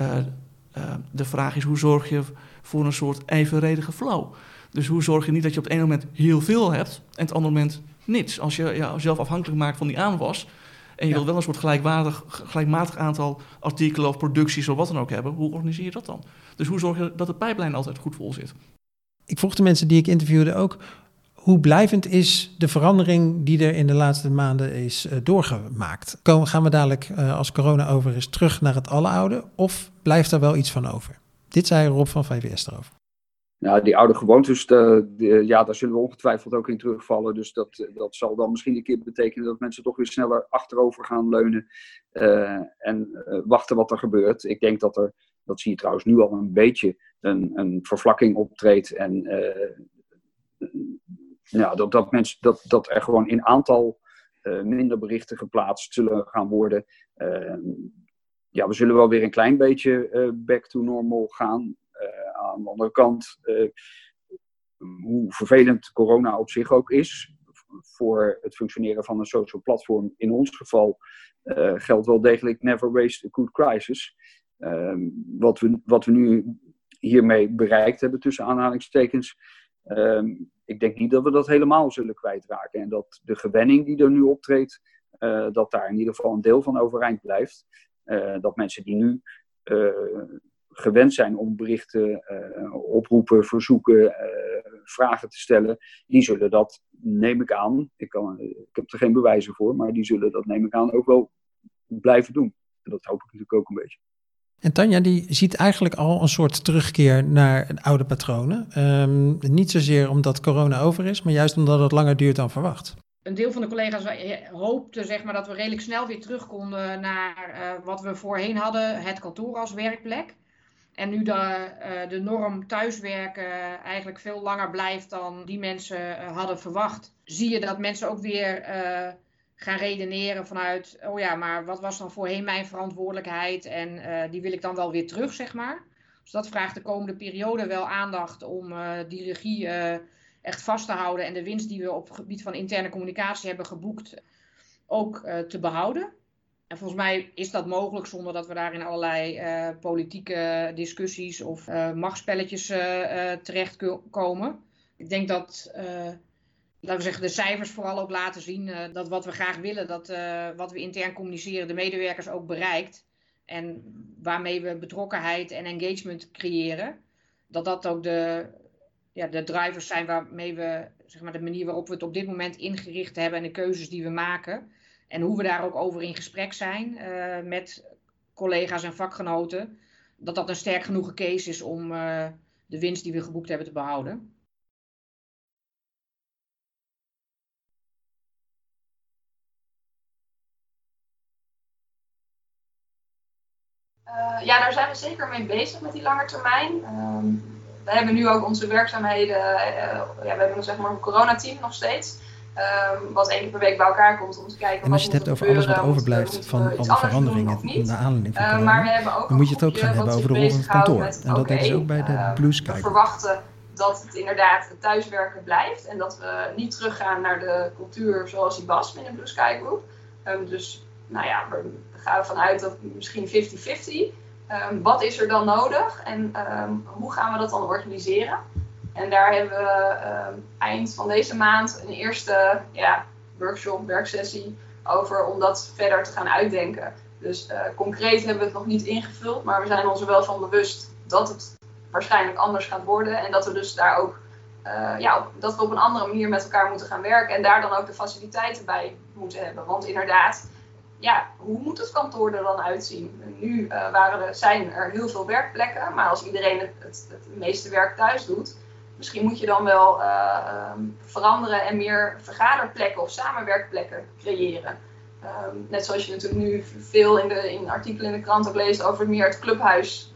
[SPEAKER 2] de vraag is, hoe zorg je voor een soort evenredige flow? Dus hoe zorg je niet dat je op het ene moment heel veel hebt en het andere moment niets? Als je jezelf afhankelijk maakt van die aanwas en je wilt wel een soort gelijkmatig aantal artikelen of producties of wat dan ook hebben, hoe organiseer je dat dan? Dus hoe zorg je dat de pijplijn altijd goed vol zit?
[SPEAKER 1] Ik vroeg de mensen die ik interviewde ook, hoe blijvend is de verandering die er in de laatste maanden is doorgemaakt? Gaan we dadelijk, als corona over is, terug naar het alleroude of blijft er wel iets van over? Dit zei Rob van VWS erover.
[SPEAKER 4] Nou, die oude gewoontes, daar zullen we ongetwijfeld ook in terugvallen. Dus dat zal dan misschien een keer betekenen dat mensen toch weer sneller achterover gaan leunen en wachten wat er gebeurt. Ik denk dat zie je trouwens nu al een beetje, een vervlakking optreedt. En dat er gewoon in aantal minder berichten geplaatst zullen gaan worden. We zullen wel weer een klein beetje back to normal gaan. Aan de andere kant, hoe vervelend corona op zich ook is voor het functioneren van een social platform, in ons geval geldt wel degelijk never waste a good crisis. Wat we nu hiermee bereikt hebben, tussen aanhalingstekens, ik denk niet dat we dat helemaal zullen kwijtraken. En dat de gewenning die er nu optreedt, dat daar in ieder geval een deel van overeind blijft. Dat mensen die nu gewend zijn om berichten, oproepen, verzoeken, vragen te stellen, die zullen dat, neem ik aan, ik heb er geen bewijzen voor, maar die zullen dat, neem ik aan, ook wel blijven doen. En dat hoop ik natuurlijk ook een beetje.
[SPEAKER 1] En Tanja, die ziet eigenlijk al een soort terugkeer naar oude patronen. Niet zozeer omdat corona over is, maar juist omdat het langer duurt dan verwacht.
[SPEAKER 3] Een deel van de collega's hoopte dat we redelijk snel weer terug konden naar wat we voorheen hadden, het kantoor als werkplek. En nu de norm thuiswerken eigenlijk veel langer blijft dan die mensen hadden verwacht, zie je dat mensen ook weer gaan redeneren vanuit, maar wat was dan voorheen mijn verantwoordelijkheid en die wil ik dan wel weer terug, zeg maar. Dus dat vraagt de komende periode wel aandacht om die regie echt vast te houden en de winst die we op het gebied van interne communicatie hebben geboekt ook te behouden. En volgens mij is dat mogelijk zonder dat we daar in allerlei politieke discussies of machtsspelletjes terechtkomen. Ik denk dat, laten we zeggen, de cijfers vooral ook laten zien dat wat we graag willen, dat wat we intern communiceren, de medewerkers ook bereikt. En waarmee we betrokkenheid en engagement creëren. Dat ook de drivers zijn waarmee we, de manier waarop we het op dit moment ingericht hebben en de keuzes die we maken. En hoe we daar ook over in gesprek zijn met collega's en vakgenoten. Dat een sterk genoeg case is om de winst die we geboekt hebben te behouden.
[SPEAKER 6] Daar zijn we zeker mee bezig met die langetermijn. We hebben nu ook onze werkzaamheden. We hebben een coronateam nog steeds. wat 1 keer per week bij elkaar komt om te kijken
[SPEAKER 1] en als je het hebt over alles wat overblijft van al die veranderingen naar aanleiding van corona,
[SPEAKER 6] maar we hebben ook
[SPEAKER 1] dan moet je het ook gaan hebben over de rol van het kantoor. En dat deden ze ook bij de Blue Sky.
[SPEAKER 6] We verwachten dat het inderdaad het thuiswerken blijft en dat we niet teruggaan naar de cultuur zoals die was binnen Blue Sky Group. Dus nou ja, we gaan ervan uit dat misschien 50-50. Wat is er dan nodig en hoe gaan we dat dan organiseren? En daar hebben we eind van deze maand een eerste workshop, werksessie over om dat verder te gaan uitdenken. Dus concreet hebben we het nog niet ingevuld, maar we zijn ons er wel van bewust dat het waarschijnlijk anders gaat worden. En dat we dus daar ook dat we op een andere manier met elkaar moeten gaan werken. En daar dan ook de faciliteiten bij moeten hebben. Want inderdaad, hoe moet het kantoor er dan uitzien? Nu zijn er heel veel werkplekken, maar als iedereen het meeste werk thuis doet, misschien moet je dan wel veranderen en meer vergaderplekken of samenwerkplekken creëren. Net zoals je natuurlijk nu veel in artikelen in de krant ook leest over meer het clubhuis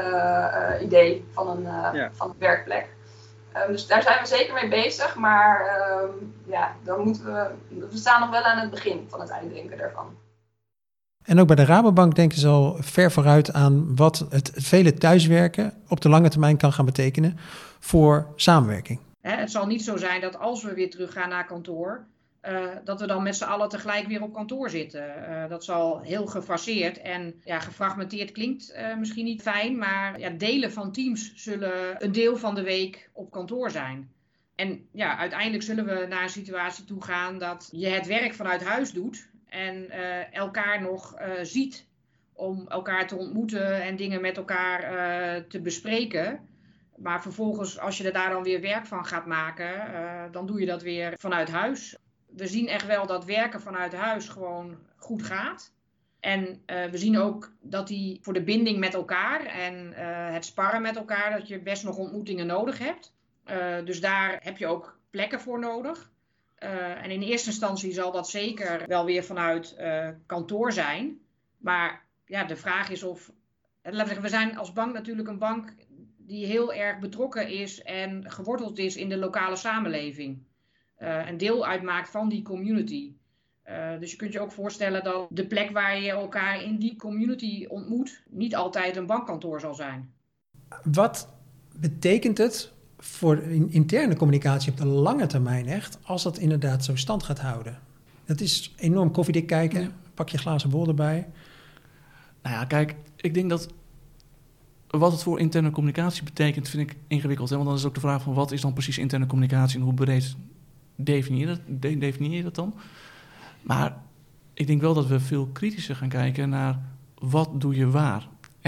[SPEAKER 6] idee van een werkplek. Dus daar zijn we zeker mee bezig, maar dan moeten we staan nog wel aan het begin van het uitdenken daarvan.
[SPEAKER 1] En ook bij de Rabobank denken ze al ver vooruit aan wat het vele thuiswerken op de lange termijn kan gaan betekenen voor samenwerking.
[SPEAKER 3] Het zal niet zo zijn dat als we weer teruggaan naar kantoor, dat we dan met z'n allen tegelijk weer op kantoor zitten. Dat zal heel gefaseerd en gefragmenteerd klinkt misschien niet fijn, maar delen van teams zullen een deel van de week op kantoor zijn. En uiteindelijk zullen we naar een situatie toe gaan dat je het werk vanuit huis doet en elkaar nog ziet om elkaar te ontmoeten en dingen met elkaar te bespreken. Maar vervolgens, als je er daar dan weer werk van gaat maken, dan doe je dat weer vanuit huis. We zien echt wel dat werken vanuit huis gewoon goed gaat. En we zien ook dat die voor de binding met elkaar en het sparren met elkaar, dat je best nog ontmoetingen nodig hebt. Dus daar heb je ook plekken voor nodig. En in eerste instantie zal dat zeker wel weer vanuit kantoor zijn. Maar de vraag is of... Laten we zeggen, we zijn als bank natuurlijk een bank die heel erg betrokken is en geworteld is in de lokale samenleving. Een deel uitmaakt van die community. Dus je kunt je ook voorstellen dat de plek waar je elkaar in die community ontmoet niet altijd een bankkantoor zal zijn.
[SPEAKER 1] Wat betekent het voor interne communicatie op de lange termijn echt, als dat inderdaad zo stand gaat houden? Dat is enorm koffiedik kijken, pak je glazen bol erbij.
[SPEAKER 2] Nou ja, kijk, ik denk dat wat het voor interne communicatie betekent, vind ik ingewikkeld. Hè? Want dan is ook de vraag van wat is dan precies interne communicatie en hoe breed definieer je dat dan? Maar ik denk wel dat we veel kritischer gaan kijken naar wat doe je waar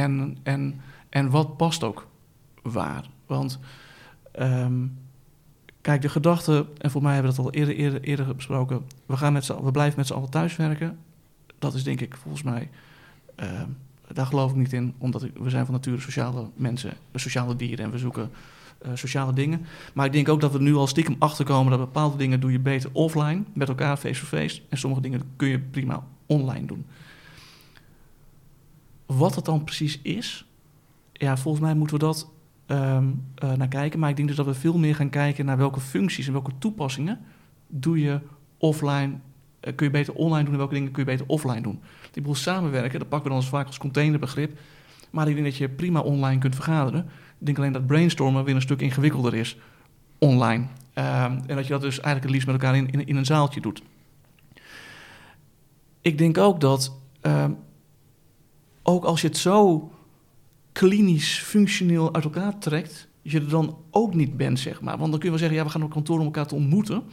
[SPEAKER 2] en wat past ook waar. Want kijk, de gedachte, en voor mij hebben we dat al eerder besproken, we blijven met z'n allen thuiswerken. Dat is denk ik volgens mij, daar geloof ik niet in, omdat we zijn van nature sociale mensen, sociale dieren en we zoeken sociale dingen. Maar ik denk ook dat we nu al stiekem achterkomen dat bepaalde dingen doe je beter offline, met elkaar, face-to-face. En sommige dingen kun je prima online doen. Wat het dan precies is, volgens mij moeten we dat naar kijken. Maar ik denk dus dat we veel meer gaan kijken naar welke functies en welke toepassingen doe je offline, kun je beter online doen en welke dingen kun je beter offline doen. Ik bedoel, samenwerken, dat pakken we dan vaak als containerbegrip. Maar ik denk dat je prima online kunt vergaderen. Ik denk alleen dat brainstormen weer een stuk ingewikkelder is online. En dat je dat dus eigenlijk het liefst met elkaar in een zaaltje doet. Ik denk ook dat, ook als je het zo klinisch, functioneel uit elkaar trekt, je er dan ook niet bent, zeg maar. Want dan kun je wel zeggen, we gaan op kantoor om elkaar te ontmoeten.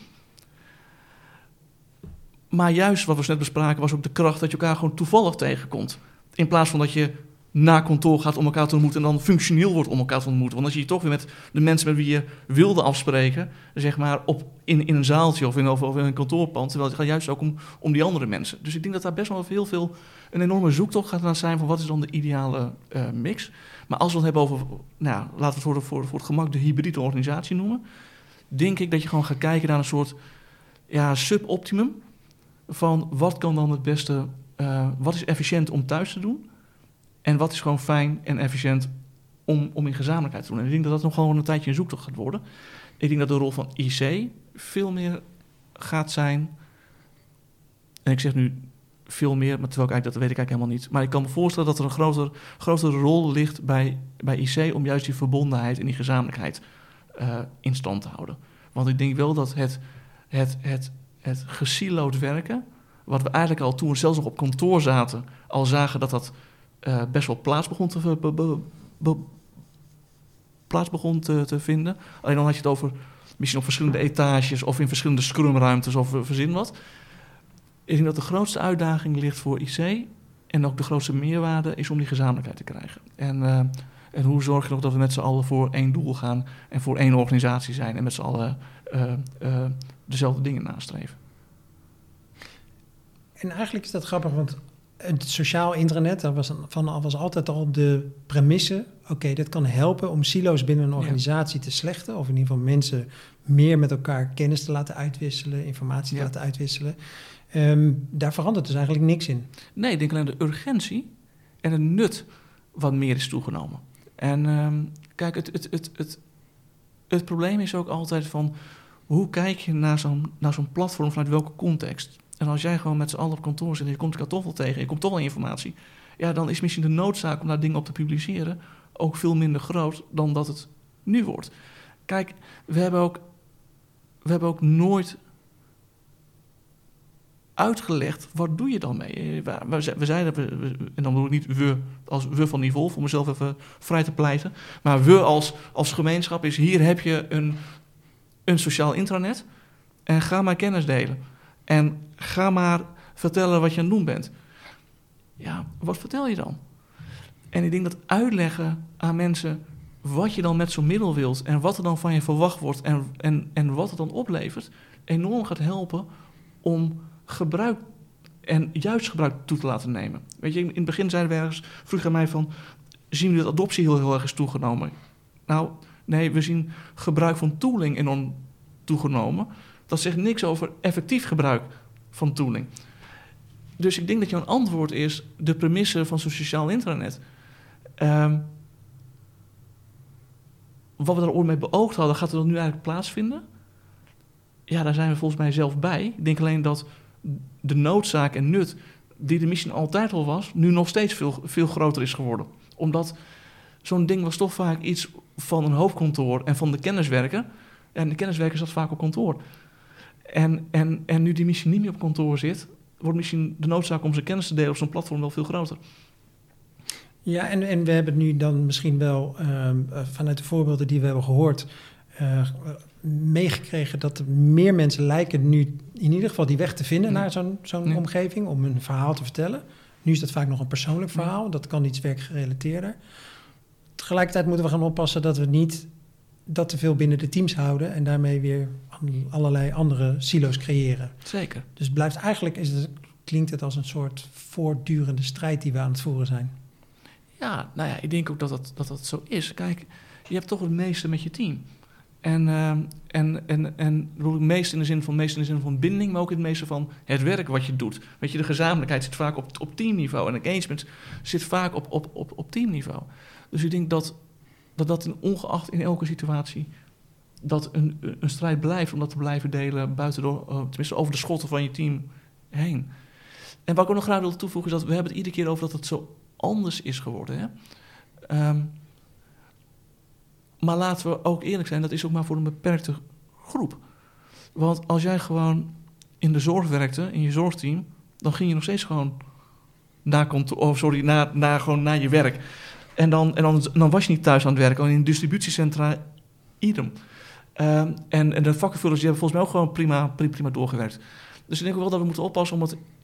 [SPEAKER 2] Maar juist wat we net bespraken was ook de kracht dat je elkaar gewoon toevallig tegenkomt. In plaats van dat je naar kantoor gaat om elkaar te ontmoeten en dan functioneel wordt om elkaar te ontmoeten. Want dan zie je toch weer met de mensen met wie je wilde afspreken, zeg maar in een zaaltje of in een kantoorpand. Terwijl het gaat juist ook om die andere mensen. Dus ik denk dat daar best wel heel veel een enorme zoektocht gaat zijn van wat is dan de ideale mix. Maar als we het hebben over, laten we het voor het gemak de hybride organisatie noemen, denk ik dat je gewoon gaat kijken naar een soort suboptimum van wat kan dan het beste, wat is efficiënt om thuis te doen en wat is gewoon fijn en efficiënt om in gezamenlijkheid te doen. En ik denk dat dat nog gewoon een tijdje een zoektocht gaat worden. Ik denk dat de rol van IC veel meer gaat zijn, en ik zeg nu veel meer, maar terwijl dat weet ik eigenlijk helemaal niet. Maar ik kan me voorstellen dat er een grotere rol ligt bij IC om juist die verbondenheid en die gezamenlijkheid in stand te houden. Want ik denk wel dat het gesiloed werken, wat we eigenlijk al toen we zelfs nog op kantoor zaten, al zagen dat best wel plaats begon te vinden. Alleen dan had je het over misschien op verschillende etages of in verschillende scrumruimtes of verzin wat. Ik denk dat de grootste uitdaging ligt voor IC en ook de grootste meerwaarde is om die gezamenlijkheid te krijgen. En hoe zorg je nog dat we met z'n allen voor één doel gaan en voor één organisatie zijn en met z'n allen dezelfde dingen nastreven.
[SPEAKER 1] En eigenlijk is dat grappig, want het sociaal intranet, dat was altijd al de premisse. Oké, dit kan helpen om silo's binnen een organisatie te slechten. Of in ieder geval mensen meer met elkaar kennis te laten uitwisselen, informatie te laten uitwisselen. Daar verandert dus eigenlijk niks in.
[SPEAKER 2] Nee, ik denk alleen de urgentie en het nut wat meer is toegenomen. En kijk, het probleem is ook altijd van hoe kijk je naar zo'n platform vanuit welke context? En als jij gewoon met z'n allen op kantoor zit en je komt de kartoffel tegen, je komt toch wel informatie, ja, dan is misschien de noodzaak om daar dingen op te publiceren ook veel minder groot dan dat het nu wordt. Kijk, we hebben ook nooit uitgelegd, wat doe je dan mee? We zeiden, en dan bedoel ik niet we als we van Nivol, voor mezelf even vrij te pleiten, maar we als gemeenschap is, hier heb je een sociaal intranet en ga maar kennis delen. En ga maar vertellen wat je aan het doen bent. Ja, wat vertel je dan? En ik denk dat uitleggen aan mensen wat je dan met zo'n middel wilt en wat er dan van je verwacht wordt en wat het dan oplevert, enorm gaat helpen om gebruik en juist gebruik toe te laten nemen. Weet je, in het begin zeiden we ergens, vroeg aan mij van, zien we dat adoptie heel erg is toegenomen? Nou, nee, we zien gebruik van tooling enorm toegenomen. Dat zegt niks over effectief gebruik van tooling. Dus ik denk dat jouw antwoord is de premisse van zo'n sociaal intranet. Wat we daar ooit mee beoogd hadden, gaat er dan nu eigenlijk plaatsvinden? Ja, daar zijn we volgens mij zelf bij. Ik denk alleen dat de noodzaak en nut die er misschien altijd al was, nu nog steeds veel groter is geworden. Omdat zo'n ding was toch vaak iets van een hoofdkantoor en van de kenniswerker. En de kenniswerker zat vaak op kantoor. En nu die misschien niet meer op kantoor zit, wordt misschien de noodzaak om zijn kennis te delen op zo'n platform wel veel groter.
[SPEAKER 1] Ja, en we hebben nu dan misschien wel vanuit de voorbeelden die we hebben gehoord meegekregen dat er meer mensen lijken nu in ieder geval die weg te vinden naar zo'n omgeving om een verhaal te vertellen. Nu is dat vaak nog een persoonlijk verhaal, dat kan iets werkgerelateerder. Tegelijkertijd moeten we gaan oppassen dat we niet dat te veel binnen de teams houden en daarmee weer allerlei andere silo's creëren.
[SPEAKER 2] Zeker.
[SPEAKER 1] Dus blijft eigenlijk, klinkt het als een soort voortdurende strijd die we aan het voeren zijn. Ja,
[SPEAKER 2] nou ja, ik denk ook dat zo is. Kijk, je hebt toch het meeste met je team. En bedoel ik meest in de zin van binding, maar ook in het meeste van het werk wat je doet. Weet je, de gezamenlijkheid zit vaak op teamniveau en engagement zit vaak op teamniveau. Dus ik denk dat ongeacht in elke situatie dat een strijd blijft om dat te blijven delen tenminste over de schotten van je team heen. En wat ik ook nog graag wilde toevoegen is dat we hebben het iedere keer over dat het zo anders is geworden. Hè? Maar laten we ook eerlijk zijn, dat is ook maar voor een beperkte groep. Want als jij gewoon in de zorg werkte, in je zorgteam, dan ging je nog steeds gewoon naar je werk. En dan was je niet thuis aan het werken. In distributiecentra, idem. En de vakkenvullers die hebben volgens mij ook gewoon prima doorgewerkt. Dus ik denk ook wel dat we moeten oppassen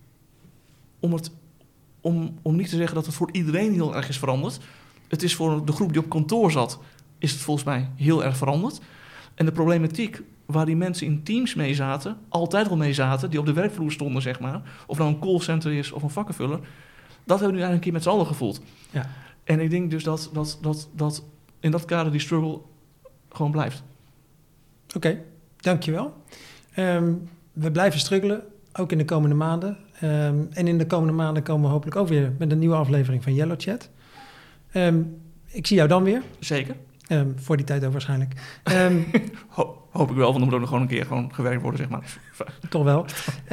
[SPEAKER 2] om niet te zeggen dat het voor iedereen heel erg is veranderd. Het is voor de groep die op kantoor zat, is het volgens mij heel erg veranderd. En de problematiek waar die mensen in teams mee zaten, altijd al mee zaten, die op de werkvloer stonden, zeg maar, of nou een callcenter is of een vakkenvuller, dat hebben we nu eigenlijk een keer met z'n allen gevoeld. Ja. En ik denk dus dat in dat kader die struggle gewoon blijft.
[SPEAKER 1] Oké, dankjewel. We blijven struggelen, ook in de komende maanden. En in de komende maanden komen we hopelijk ook weer met een nieuwe aflevering van Yellow Chat. Ik zie jou dan weer.
[SPEAKER 2] Zeker.
[SPEAKER 1] Voor die tijd ook waarschijnlijk.
[SPEAKER 2] Hoop ik wel, want dan moet ook nog gewoon een keer gewoon gewerkt worden, zeg maar.
[SPEAKER 1] Toch wel.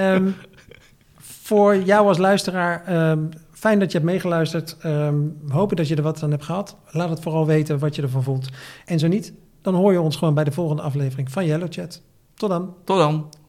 [SPEAKER 1] Voor jou als luisteraar, fijn dat je hebt meegeluisterd. We hopen dat je er wat aan hebt gehad. Laat het vooral weten wat je ervan vond. En zo niet, dan hoor je ons gewoon bij de volgende aflevering van Yellow Chat. Tot dan.
[SPEAKER 2] Tot dan.